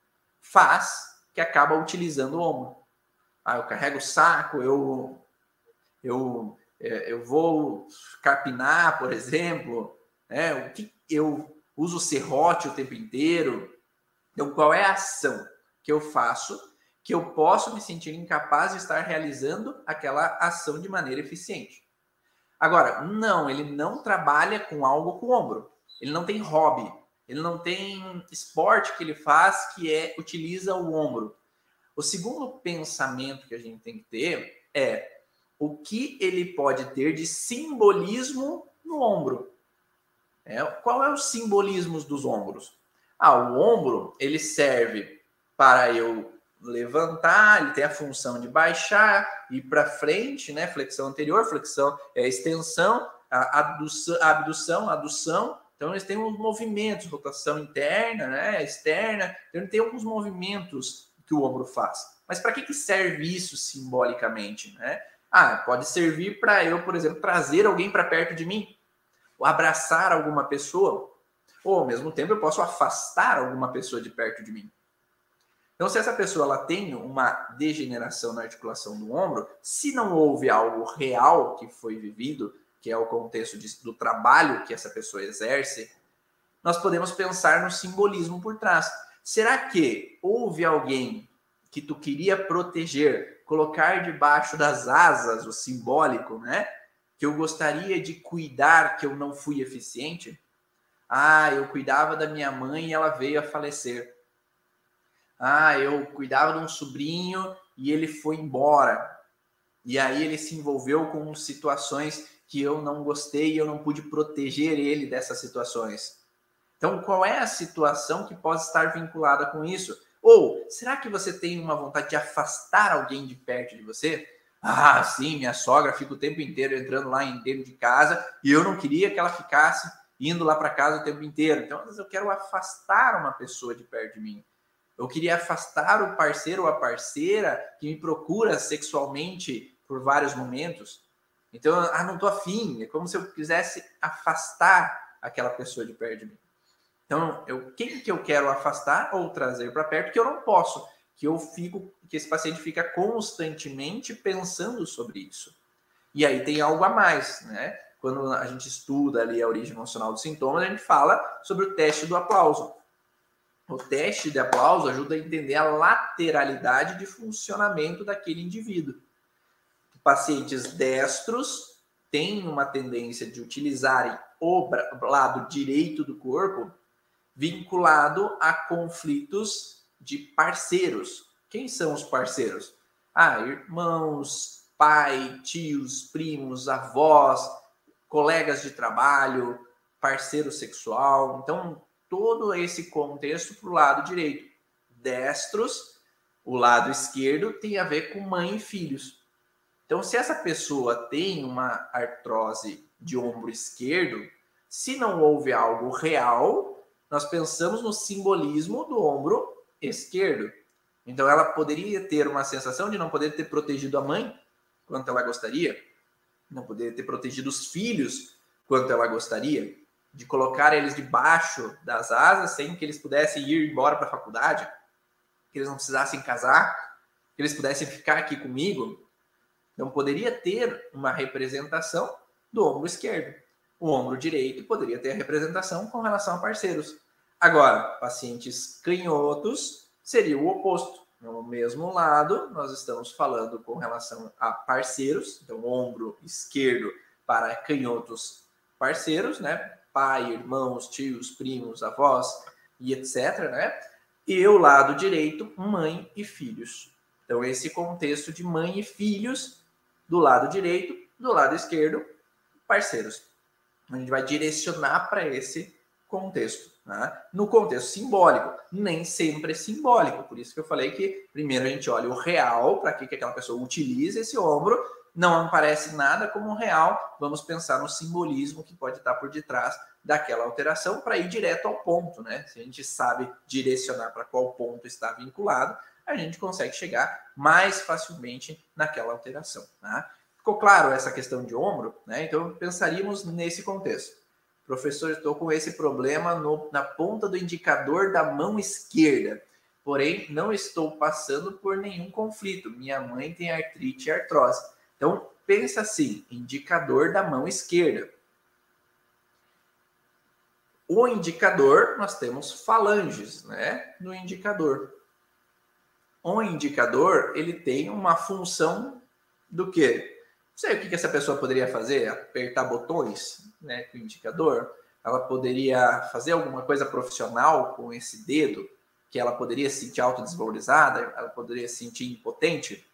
faz que acaba utilizando o ombro? Ah, eu carrego o saco, eu, eu, eu vou capinar, por exemplo, né? O que eu uso serrote o tempo inteiro. Então, qual é a ação que eu faço que eu posso me sentir incapaz de estar realizando aquela ação de maneira eficiente? Agora, não, ele não trabalha com algo com o ombro. Ele não tem hobby. Ele não tem esporte que ele faz que é utiliza o ombro. O segundo pensamento que a gente tem que ter é o que ele pode ter de simbolismo no ombro. É, qual é o simbolismo dos ombros? Ah, o ombro, ele serve para eu levantar, ele tem a função de baixar, ir para frente, né? Flexão anterior, flexão, é, extensão, a abdução, a abdução, adução. Então, eles têm uns movimentos, rotação interna, né? Externa. Então, ele tem alguns movimentos que o ombro faz. Mas para que, que serve isso simbolicamente, né? Ah, pode servir para eu, por exemplo, trazer alguém para perto de mim, ou abraçar alguma pessoa, ou ao mesmo tempo eu posso afastar alguma pessoa de perto de mim. Então, se essa pessoa ela tem uma degeneração na articulação do ombro, se não houve algo real que foi vivido, que é o contexto de, do trabalho que essa pessoa exerce, nós podemos pensar no simbolismo por trás. Será que houve alguém que tu queria proteger, colocar debaixo das asas, o simbólico, né? que eu gostaria de cuidar, que eu não fui eficiente? Ah, eu cuidava da minha mãe e ela veio a falecer. Ah, eu cuidava de um sobrinho e ele foi embora. E aí ele se envolveu com situações que eu não gostei e eu não pude proteger ele dessas situações. Então, qual é a situação que pode estar vinculada com isso? Ou, será que você tem uma vontade de afastar alguém de perto de você? Ah, sim, minha sogra fica o tempo inteiro entrando lá dentro de casa e eu não queria que ela ficasse indo lá para casa o tempo inteiro. Então, às vezes eu quero afastar uma pessoa de perto de mim. Eu queria afastar o parceiro ou a parceira que me procura sexualmente por vários momentos. Então, ah, não tô afim. É como se eu quisesse afastar aquela pessoa de perto de mim. Então, eu, quem que eu quero afastar ou trazer para perto que eu não posso, que eu fico, que esse paciente fica constantemente pensando sobre isso. E aí tem algo a mais, né? Quando a gente estuda ali a origem emocional dos sintomas, a gente fala sobre o teste do aplauso. O teste de aplauso ajuda a entender a lateralidade de funcionamento daquele indivíduo. Pacientes destros têm uma tendência de utilizarem o lado direito do corpo vinculado a conflitos de parceiros. Quem são os parceiros? Ah, irmãos, pai, tios, primos, avós, colegas de trabalho, parceiro sexual. Então, todo esse contexto para o lado direito. Destros, o lado esquerdo tem a ver com mãe e filhos. Então, se essa pessoa tem uma artrose de ombro esquerdo, se não houve algo real, nós pensamos no simbolismo do ombro esquerdo. Então, ela poderia ter uma sensação de não poder ter protegido a mãe quanto ela gostaria, não poder ter protegido os filhos quanto ela gostaria, de colocar eles debaixo das asas sem que eles pudessem ir embora para a faculdade, que eles não precisassem casar, que eles pudessem ficar aqui comigo. Então, poderia ter uma representação do ombro esquerdo. O ombro direito poderia ter a representação com relação a parceiros. Agora, pacientes canhotos seria o oposto. No mesmo lado, nós estamos falando com relação a parceiros, então ombro esquerdo para canhotos parceiros, né? Pai, irmãos, tios, primos, avós e etcétera, né? E o lado direito, mãe e filhos. Então, esse contexto de mãe e filhos do lado direito, do lado esquerdo, parceiros. A gente vai direcionar para esse contexto. Né? No contexto simbólico, nem sempre é simbólico. Por isso que eu falei que primeiro a gente olha o real, para que, que aquela pessoa utilize esse ombro. Não aparece nada como real. Vamos pensar no simbolismo que pode estar por detrás daquela alteração para ir direto ao ponto. Né? Se a gente sabe direcionar para qual ponto está vinculado, a gente consegue chegar mais facilmente naquela alteração. Né? Ficou claro essa questão de ombro? Né? Então, pensaríamos nesse contexto. Professor, estou com esse problema no, na ponta do indicador da mão esquerda. Porém, não estou passando por nenhum conflito. Minha mãe tem artrite e artrose. Então, pensa assim, indicador da mão esquerda. O indicador, nós temos falanges, né? No indicador. O indicador, ele tem uma função do quê? Não sei o que essa pessoa poderia fazer, apertar botões, né, com o indicador. Ela poderia fazer alguma coisa profissional com esse dedo, que ela poderia se sentir autodesvalorizada, ela poderia se sentir impotente.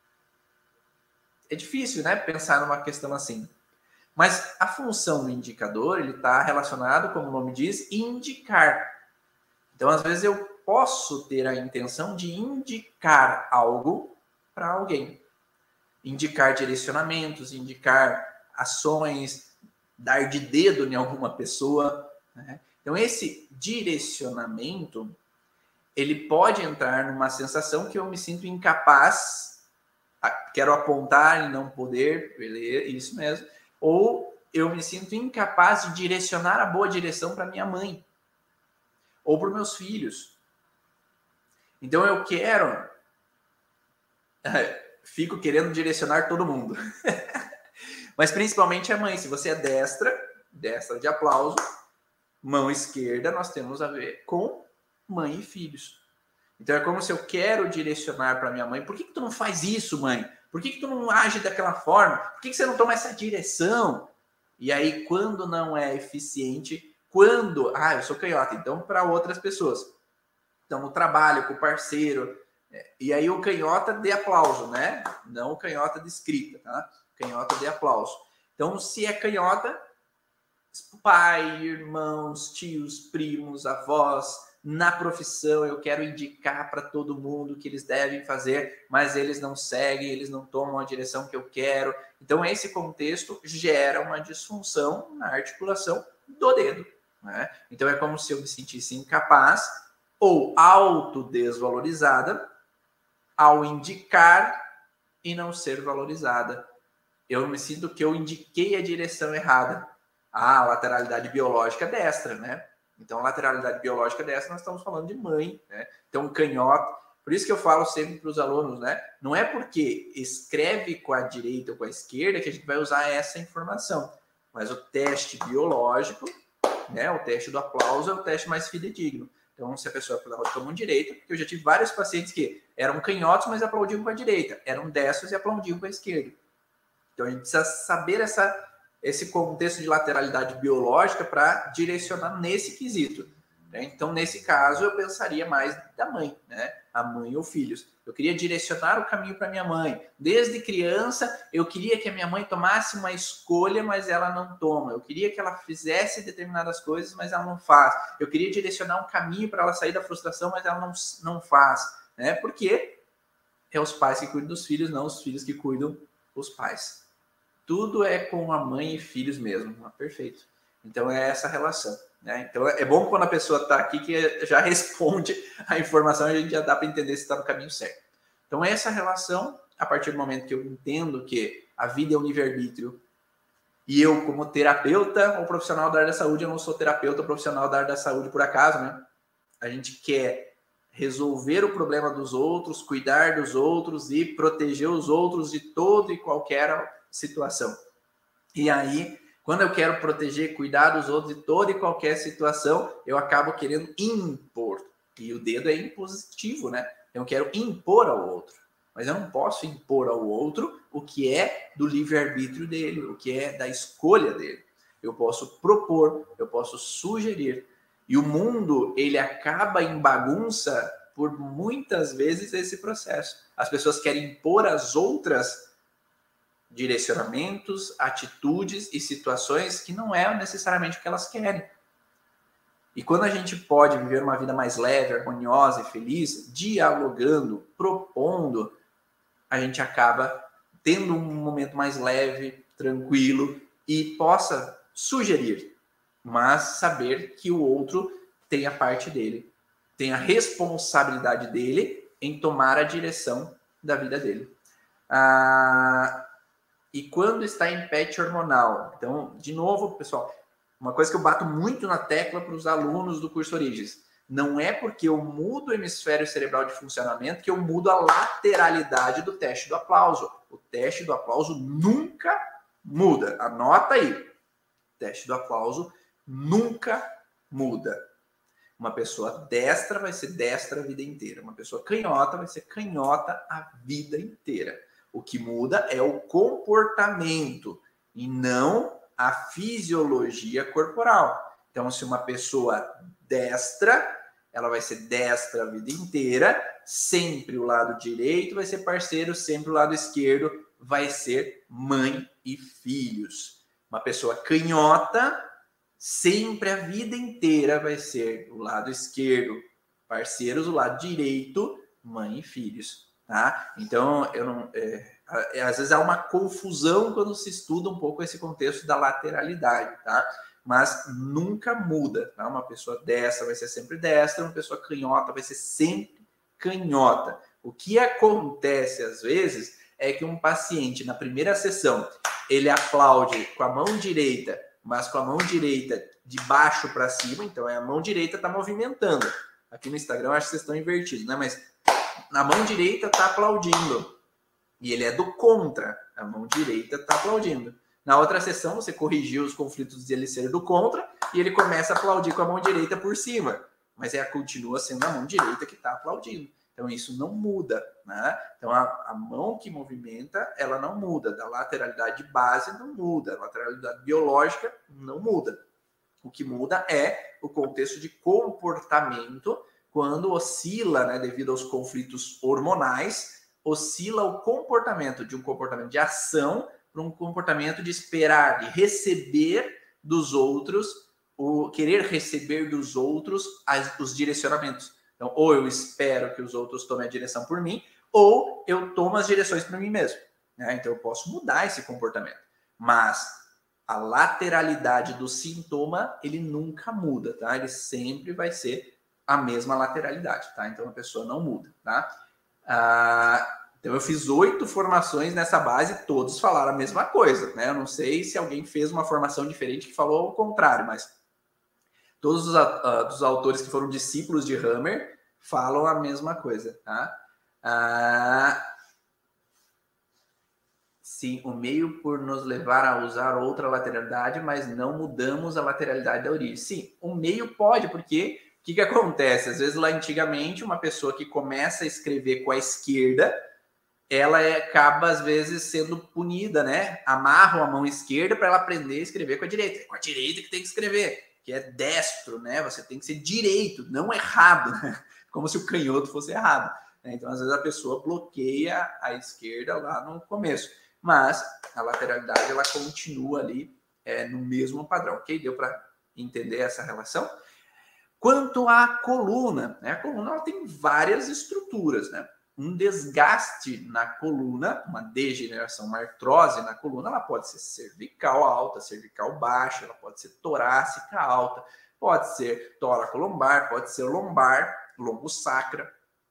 É difícil, né, pensar numa questão assim. Mas a função do indicador, ele está relacionado, como o nome diz, indicar. Então, às vezes, eu posso ter a intenção de indicar algo para alguém. Indicar direcionamentos, indicar ações, dar de dedo em alguma pessoa. Né? Então, esse direcionamento, ele pode entrar numa sensação que eu me sinto incapaz, quero apontar e não poder, beleza, isso mesmo, ou eu me sinto incapaz de direcionar a boa direção para minha mãe, ou para os meus filhos. Então, eu quero... Fico querendo direcionar todo mundo. Mas principalmente a mãe. Se você é destra, destra de aplauso, mão esquerda, nós temos a ver com mãe e filhos. Então é como se eu quero direcionar para minha mãe. Por que, que tu não faz isso, mãe? Por que, que tu não age daquela forma? Por que, que você não toma essa direção? E aí, quando não é eficiente, quando... Ah, eu sou canhota, então para outras pessoas. Então, no trabalho, com o parceiro. E aí o canhota de aplauso, né? Não o canhota de escrita, tá? Canhota de aplauso. Então, se é canhota, pai, irmãos, tios, primos, avós, na profissão, eu quero indicar para todo mundo que eles devem fazer, mas eles não seguem, eles não tomam a direção que eu quero. Então, esse contexto gera uma disfunção na articulação do dedo, né? Então, é como se eu me sentisse incapaz ou autodesvalorizada ao indicar e não ser valorizada. Eu me sinto que eu indiquei a direção errada. Ah, a lateralidade biológica destra, né? Então, lateralidade biológica destra, nós estamos falando de mãe, né? Então, canhota. Por isso que eu falo sempre para os alunos, né? Não é porque escreve com a direita ou com a esquerda que a gente vai usar essa informação. Mas o teste biológico, né? O teste do aplauso é o teste mais fidedigno. Então, se a pessoa aplaude com a mão direita, porque eu já tive vários pacientes que eram canhotos, mas aplaudiam com a direita. Eram destros e aplaudiam com a esquerda. Então, a gente precisa saber essa, esse contexto de lateralidade biológica para direcionar nesse quesito, né? Então, nesse caso, eu pensaria mais da mãe, né? A mãe ou filhos. Eu queria direcionar o caminho para minha mãe. Desde criança, eu queria que a minha mãe tomasse uma escolha, mas ela não toma. Eu queria que ela fizesse determinadas coisas, mas ela não faz. Eu queria direcionar um caminho para ela sair da frustração, mas ela não, não faz, né? Porque é os pais que cuidam dos filhos, não os filhos que cuidam dos pais. Tudo é com a mãe e filhos mesmo. Ah, perfeito. Então, é essa relação, né? Então, é bom quando a pessoa está aqui que já responde a informação e a gente já dá para entender se está no caminho certo. Então, essa relação, a partir do momento que eu entendo que a vida é um livre-arbítrio e eu, como terapeuta ou profissional da área da saúde, eu não sou terapeuta ou profissional da área da saúde por acaso, né? A gente quer resolver o problema dos outros, cuidar dos outros e proteger os outros de todo e qualquer situação. E aí, quando eu quero proteger, cuidar dos outros de toda e qualquer situação, eu acabo querendo impor. E o dedo é impositivo, né? Eu quero impor ao outro. Mas eu não posso impor ao outro o que é do livre-arbítrio dele, o que é da escolha dele. Eu posso propor, eu posso sugerir. E o mundo, ele acaba em bagunça por muitas vezes esse processo. As pessoas querem impor às outras direcionamentos, atitudes e situações que não é necessariamente o que elas querem. E quando a gente pode viver uma vida mais leve, harmoniosa e feliz, dialogando, propondo, a gente acaba tendo um momento mais leve, tranquilo e possa sugerir, mas saber que o outro tem a parte dele, tem a responsabilidade dele em tomar a direção da vida dele. Ah, e quando está em patch hormonal? Então, de novo, pessoal, uma coisa que eu bato muito na tecla para os alunos do curso Origens. Não é porque eu mudo o hemisfério cerebral de funcionamento que eu mudo a lateralidade do teste do aplauso. O teste do aplauso nunca muda. Anota aí. O teste do aplauso nunca muda. Uma pessoa destra vai ser destra a vida inteira. Uma pessoa canhota vai ser canhota a vida inteira. O que muda é o comportamento e não a fisiologia corporal. Então, se uma pessoa destra, ela vai ser destra a vida inteira, sempre o lado direito vai ser parceiro, sempre o lado esquerdo vai ser mãe e filhos. Uma pessoa canhota, sempre a vida inteira vai ser o lado esquerdo, parceiros, o lado direito, mãe e filhos. Tá? Então, eu não, é, é, às vezes há uma confusão quando se estuda um pouco esse contexto da lateralidade, tá? Mas nunca muda. Tá? Uma pessoa destra vai ser sempre destra, uma pessoa canhota vai ser sempre canhota. O que acontece às vezes é que um paciente, na primeira sessão, ele aplaude com a mão direita, mas com a mão direita de baixo para cima, então é a mão direita está movimentando. Aqui no Instagram eu acho que vocês estão invertidos, né? Mas na mão direita está aplaudindo. E ele é do contra. A mão direita está aplaudindo. Na outra sessão, você corrigiu os conflitos de ele ser do contra e ele começa a aplaudir com a mão direita por cima. Mas é, continua sendo a mão direita que está aplaudindo. Então, isso não muda, né? Então, a, a mão que movimenta, ela não muda. Da lateralidade base, não muda. A lateralidade biológica, não muda. O que muda é o contexto de comportamento, quando oscila, né, devido aos conflitos hormonais, oscila o comportamento de um comportamento de ação para um comportamento de esperar, de receber dos outros, o querer receber dos outros as, os direcionamentos. Então, ou eu espero que os outros tomem a direção por mim, ou eu tomo as direções por mim mesmo. Né? Então, eu posso mudar esse comportamento. Mas a lateralidade do sintoma, ele nunca muda, tá? Ele sempre vai ser a mesma lateralidade, tá? Então, a pessoa não muda, tá? Ah, então, eu fiz oito formações nessa base, todos falaram a mesma coisa, né? Eu não sei se alguém fez uma formação diferente que falou o contrário, mas todos os, uh, os autores que foram discípulos de Hammer falam a mesma coisa, tá? Ah, sim, o meio por nos levar a usar outra lateralidade, mas não mudamos a lateralidade da origem. Sim, o meio pode, porque o que, que acontece? Às vezes, lá antigamente, uma pessoa que começa a escrever com a esquerda, ela é, acaba, às vezes, sendo punida, né? Amarram a mão esquerda para ela aprender a escrever com a direita. É com a direita que tem que escrever, que é destro, né? Você tem que ser direito, não errado, né? Como se o canhoto fosse errado. Né? Então, às vezes, a pessoa bloqueia a esquerda lá no começo. Mas a lateralidade, ela continua ali é, no mesmo padrão, ok? Deu para entender essa relação? Quanto à coluna, né? A coluna ela tem várias estruturas, né? Um desgaste na coluna, uma degeneração, uma artrose na coluna, ela pode ser cervical alta, cervical baixa, ela pode ser torácica alta, pode ser tóraco-lombar, pode ser lombar, lombo-sacra.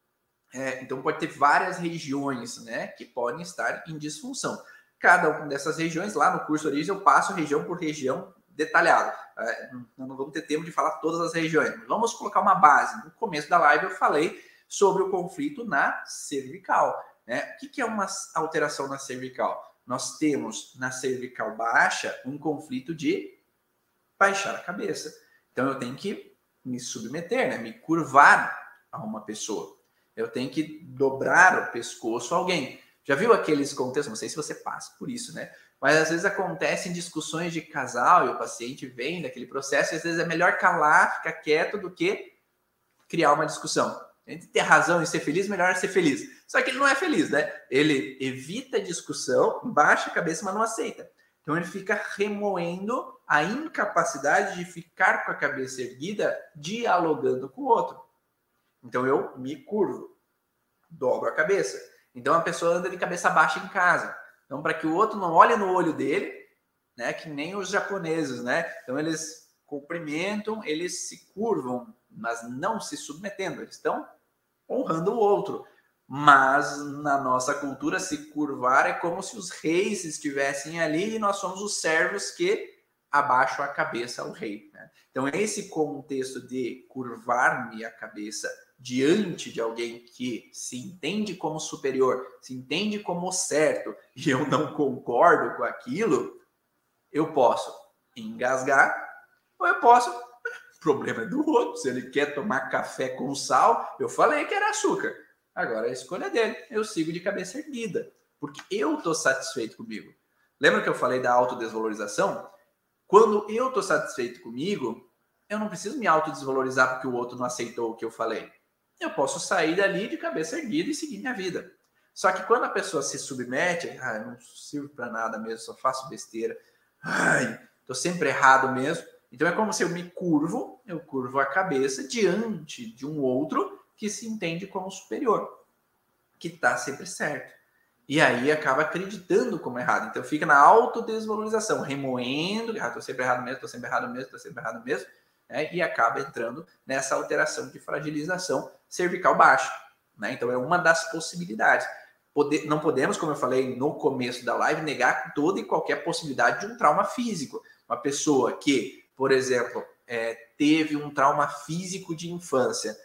É, então, pode ter várias regiões, né, que podem estar em disfunção. Cada uma dessas regiões, lá no curso Origem, eu passo região por região detalhado. É, não vamos ter tempo de falar todas as regiões. Vamos colocar uma base. No começo da live, eu falei sobre o conflito na cervical. Né? O que é uma alteração na cervical? Nós temos na cervical baixa um conflito de baixar a cabeça. Então, eu tenho que me submeter, né, me curvar a uma pessoa. Eu tenho que dobrar o pescoço a alguém. Já viu aqueles contextos? Não sei se você passa por isso, né? Mas às vezes acontecem discussões de casal e o paciente vem daquele processo e às vezes é melhor calar, ficar quieto do que criar uma discussão. Entre ter razão e ser feliz, melhor é ser feliz. Só que ele não é feliz, né? Ele evita a discussão, baixa a cabeça, mas não aceita. Então ele fica remoendo a incapacidade de ficar com a cabeça erguida, dialogando com o outro. Então, eu me curvo, dobro a cabeça. Então, a pessoa anda de cabeça baixa em casa. Então, para que o outro não olhe no olho dele, né, que nem os japoneses, né? Então, eles cumprimentam, eles se curvam, mas não se submetendo. Eles estão honrando o outro. Mas, na nossa cultura, se curvar é como se os reis estivessem ali e nós somos os servos que abaixam a cabeça ao rei. Né? Então, esse contexto de curvar-me a cabeça diante de alguém que se entende como superior, se entende como certo, e eu não concordo com aquilo, eu posso engasgar, ou eu posso, o problema é do outro, se ele quer tomar café com sal, eu falei que era açúcar, agora é a escolha dele, eu sigo de cabeça erguida, porque eu estou satisfeito comigo. Lembra que eu falei da autodesvalorização? Quando eu estou satisfeito comigo, eu não preciso me autodesvalorizar porque o outro não aceitou o que eu falei. Eu posso sair dali de cabeça erguida e seguir minha vida. Só que quando a pessoa se submete, ah, eu não sirvo para nada mesmo, só faço besteira, ai, tô sempre errado mesmo. Então é como se eu me curvo, eu curvo a cabeça diante de um outro que se entende como superior, que está sempre certo. E aí acaba acreditando como errado. Então fica na autodesvalorização, remoendo, ah, tô sempre errado mesmo, tô sempre errado mesmo, tô sempre errado mesmo. Né, e acaba entrando nessa alteração de fragilização cervical baixa. Né? Então, é uma das possibilidades. Poder, não podemos, como eu falei no começo da live, negar toda e qualquer possibilidade de um trauma físico. Uma pessoa que, por exemplo, é, teve um trauma físico de infância,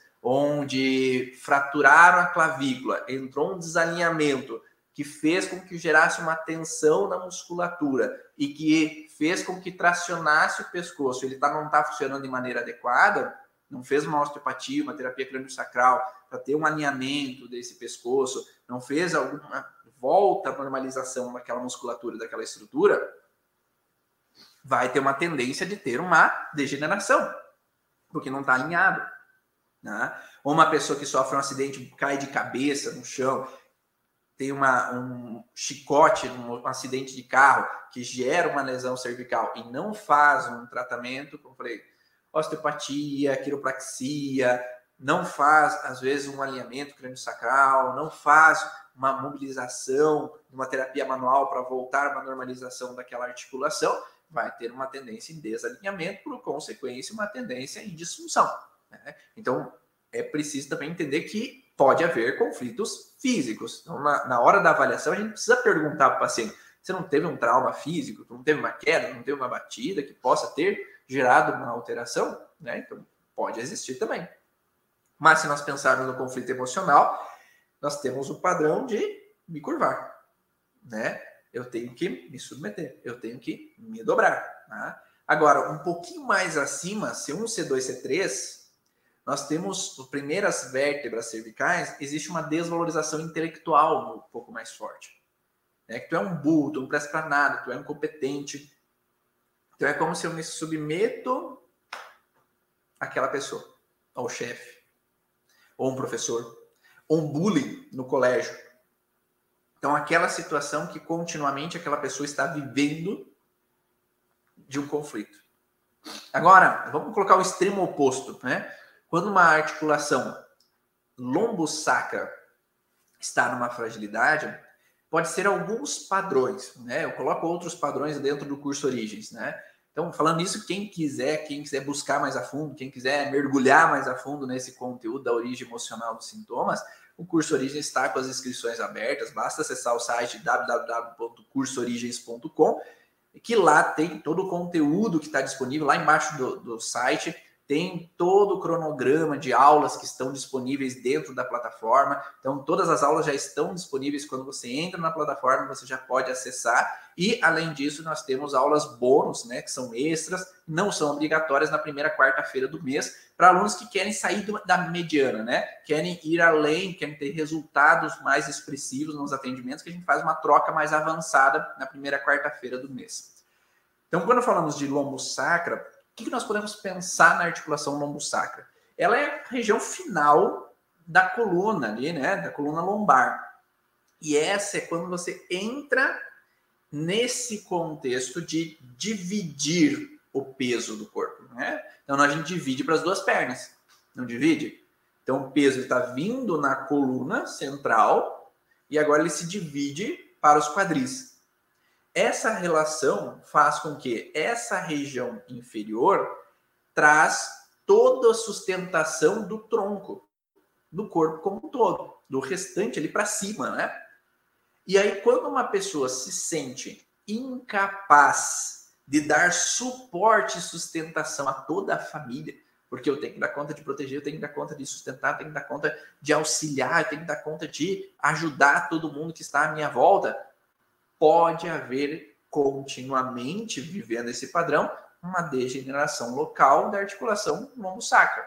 onde fraturaram a clavícula, entrou um desalinhamento, que fez com que gerasse uma tensão na musculatura e que fez com que tracionasse o pescoço, ele tá, não está funcionando de maneira adequada, não fez uma osteopatia, uma terapia crânio-sacral para ter um alinhamento desse pescoço, não fez alguma volta à normalização daquela musculatura, daquela estrutura, vai ter uma tendência de ter uma degeneração, porque não está alinhado. Né? Ou uma pessoa que sofre um acidente, cai de cabeça no chão, tem uma, um chicote, um acidente de carro que gera uma lesão cervical e não faz um tratamento, como eu falei, osteopatia, quiropraxia, não faz, às vezes, um alinhamento crânio-sacral, não faz uma mobilização, uma terapia manual para voltar a uma normalização daquela articulação, vai ter uma tendência em desalinhamento, por consequência, uma tendência em disfunção. Né? Então, é preciso também entender que pode haver conflitos físicos. Então, na, na hora da avaliação, a gente precisa perguntar para o paciente, você não teve um trauma físico, não teve uma queda, não teve uma batida que possa ter gerado uma alteração? Né? Então, pode existir também. Mas se nós pensarmos no conflito emocional, nós temos o padrão de me curvar. Né? Eu tenho que me submeter, eu tenho que me dobrar. Tá? Agora, um pouquinho mais acima, C um, C dois, C três, nós temos as primeiras vértebras cervicais, existe uma desvalorização intelectual um pouco mais forte. Né? Que tu é um burro, tu não presta para nada, tu é incompetente. Então é como se eu me submeto àquela pessoa, ao chefe, ou um professor, ou um bullying no colégio. Então, aquela situação que continuamente aquela pessoa está vivendo de um conflito. Agora, vamos colocar o extremo oposto, né? Quando uma articulação lombosacra está numa fragilidade, pode ser alguns padrões, né? Eu coloco outros padrões dentro do curso Origens, né? Então, falando isso, quem quiser, quem quiser buscar mais a fundo, quem quiser mergulhar mais a fundo nesse conteúdo da origem emocional dos sintomas, o curso Origens está com as inscrições abertas, basta acessar o site w w w ponto curso origens ponto com, que lá tem todo o conteúdo que está disponível, lá embaixo do, do site, tem todo o cronograma de aulas que estão disponíveis dentro da plataforma. Então, todas as aulas já estão disponíveis quando você entra na plataforma, você já pode acessar. E, além disso, nós temos aulas bônus, né, que são extras, não são obrigatórias na primeira quarta-feira do mês, para alunos que querem sair do, da mediana, né? Querem ir além, querem ter resultados mais expressivos nos atendimentos, que a gente faz uma troca mais avançada na primeira quarta-feira do mês. Então, quando falamos de lombosacra, o que nós podemos pensar na articulação lombosacra? Ela é a região final da coluna ali, né? Da coluna lombar. E essa é quando você entra nesse contexto de dividir o peso do corpo, né? Então a gente divide para as duas pernas, não divide? Então o peso está vindo na coluna central e agora ele se divide para os quadris. Essa relação faz com que essa região inferior traz toda a sustentação do tronco, do corpo como um todo, do restante ali para cima, né? E aí, quando uma pessoa se sente incapaz de dar suporte e sustentação a toda a família, porque eu tenho que dar conta de proteger, eu tenho que dar conta de sustentar, eu tenho que dar conta de auxiliar, eu tenho que dar conta de ajudar todo mundo que está à minha volta, pode haver continuamente, vivendo esse padrão, uma degeneração local da articulação lombosacra,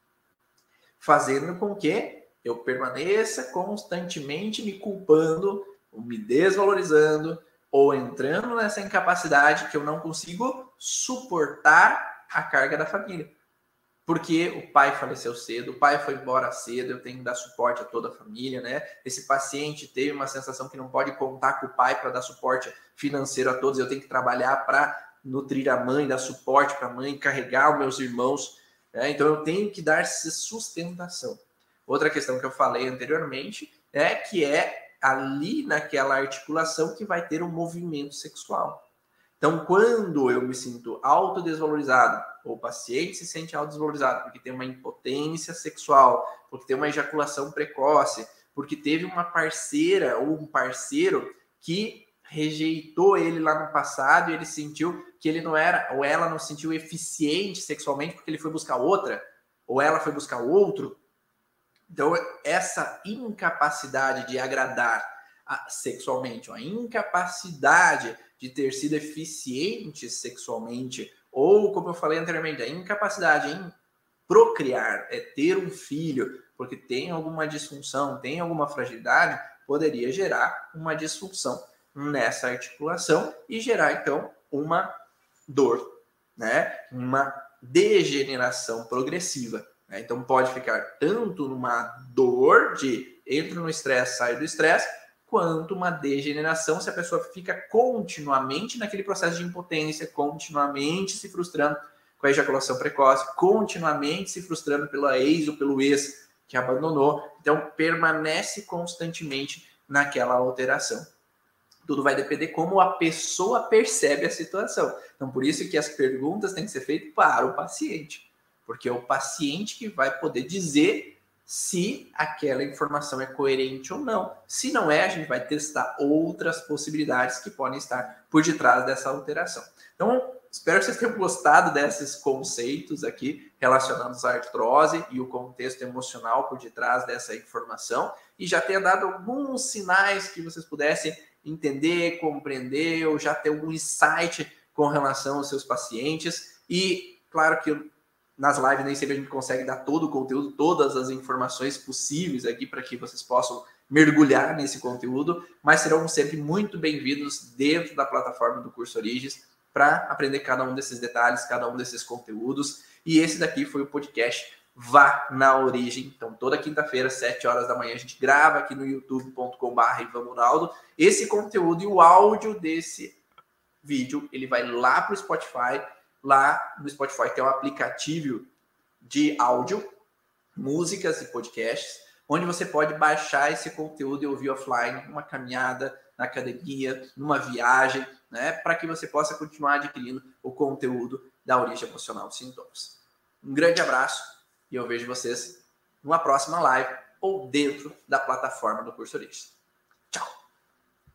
fazendo com que eu permaneça constantemente me culpando, ou me desvalorizando, ou entrando nessa incapacidade que eu não consigo suportar a carga da família. Porque o pai faleceu cedo, o pai foi embora cedo, eu tenho que dar suporte a toda a família, né? Esse paciente teve uma sensação que não pode contar com o pai para dar suporte financeiro a todos, eu tenho que trabalhar para nutrir a mãe, dar suporte para a mãe, carregar os meus irmãos, né? Então eu tenho que dar sustentação. Outra questão que eu falei anteriormente é que é ali naquela articulação que vai ter o movimento sexual. Então, quando eu me sinto autodesvalorizado, ou o paciente se sente autodesvalorizado porque tem uma impotência sexual, porque tem uma ejaculação precoce, porque teve uma parceira ou um parceiro que rejeitou ele lá no passado e ele sentiu que ele não era, ou ela não se sentiu eficiente sexualmente porque ele foi buscar outra, ou ela foi buscar outro. Então, essa incapacidade de agradar sexualmente, a incapacidade de ter sido eficiente sexualmente, ou, como eu falei anteriormente, a incapacidade em procriar, é ter um filho, porque tem alguma disfunção, tem alguma fragilidade, poderia gerar uma disfunção nessa articulação e gerar, então, uma dor, né? Uma degeneração progressiva. Né? Então, pode ficar tanto numa dor de entro no estresse, saio do estresse, quanto uma degeneração se a pessoa fica continuamente naquele processo de impotência, continuamente se frustrando com a ejaculação precoce, continuamente se frustrando pela ex ou pelo ex que abandonou. Então, permanece constantemente naquela alteração. Tudo vai depender como a pessoa percebe a situação. Então, por isso que as perguntas têm que ser feitas para o paciente, porque é o paciente que vai poder dizer se aquela informação é coerente ou não. Se não é, a gente vai testar outras possibilidades que podem estar por detrás dessa alteração. Então, espero que vocês tenham gostado desses conceitos aqui relacionados à artrose e o contexto emocional por detrás dessa informação e já tenha dado alguns sinais que vocês pudessem entender, compreender ou já ter algum insight com relação aos seus pacientes. E, claro que nas lives nem sempre a gente consegue dar todo o conteúdo, todas as informações possíveis aqui para que vocês possam mergulhar nesse conteúdo, mas serão sempre muito bem-vindos dentro da plataforma do Curso Origens para aprender cada um desses detalhes, cada um desses conteúdos. E esse daqui foi o podcast Vá na Origem. Então, toda quinta-feira, sete horas da manhã, a gente grava aqui no youtube ponto com barra Ivan Munaldo esse conteúdo e o áudio desse vídeo, ele vai lá para o Spotify. Lá no Spotify tem um aplicativo de áudio, músicas e podcasts, onde você pode baixar esse conteúdo e ouvir offline, numa caminhada, na academia, numa viagem, né, para que você possa continuar adquirindo o conteúdo da origem emocional dos sintomas. Um grande abraço e eu vejo vocês numa próxima live ou dentro da plataforma do Curso Origens. Tchau!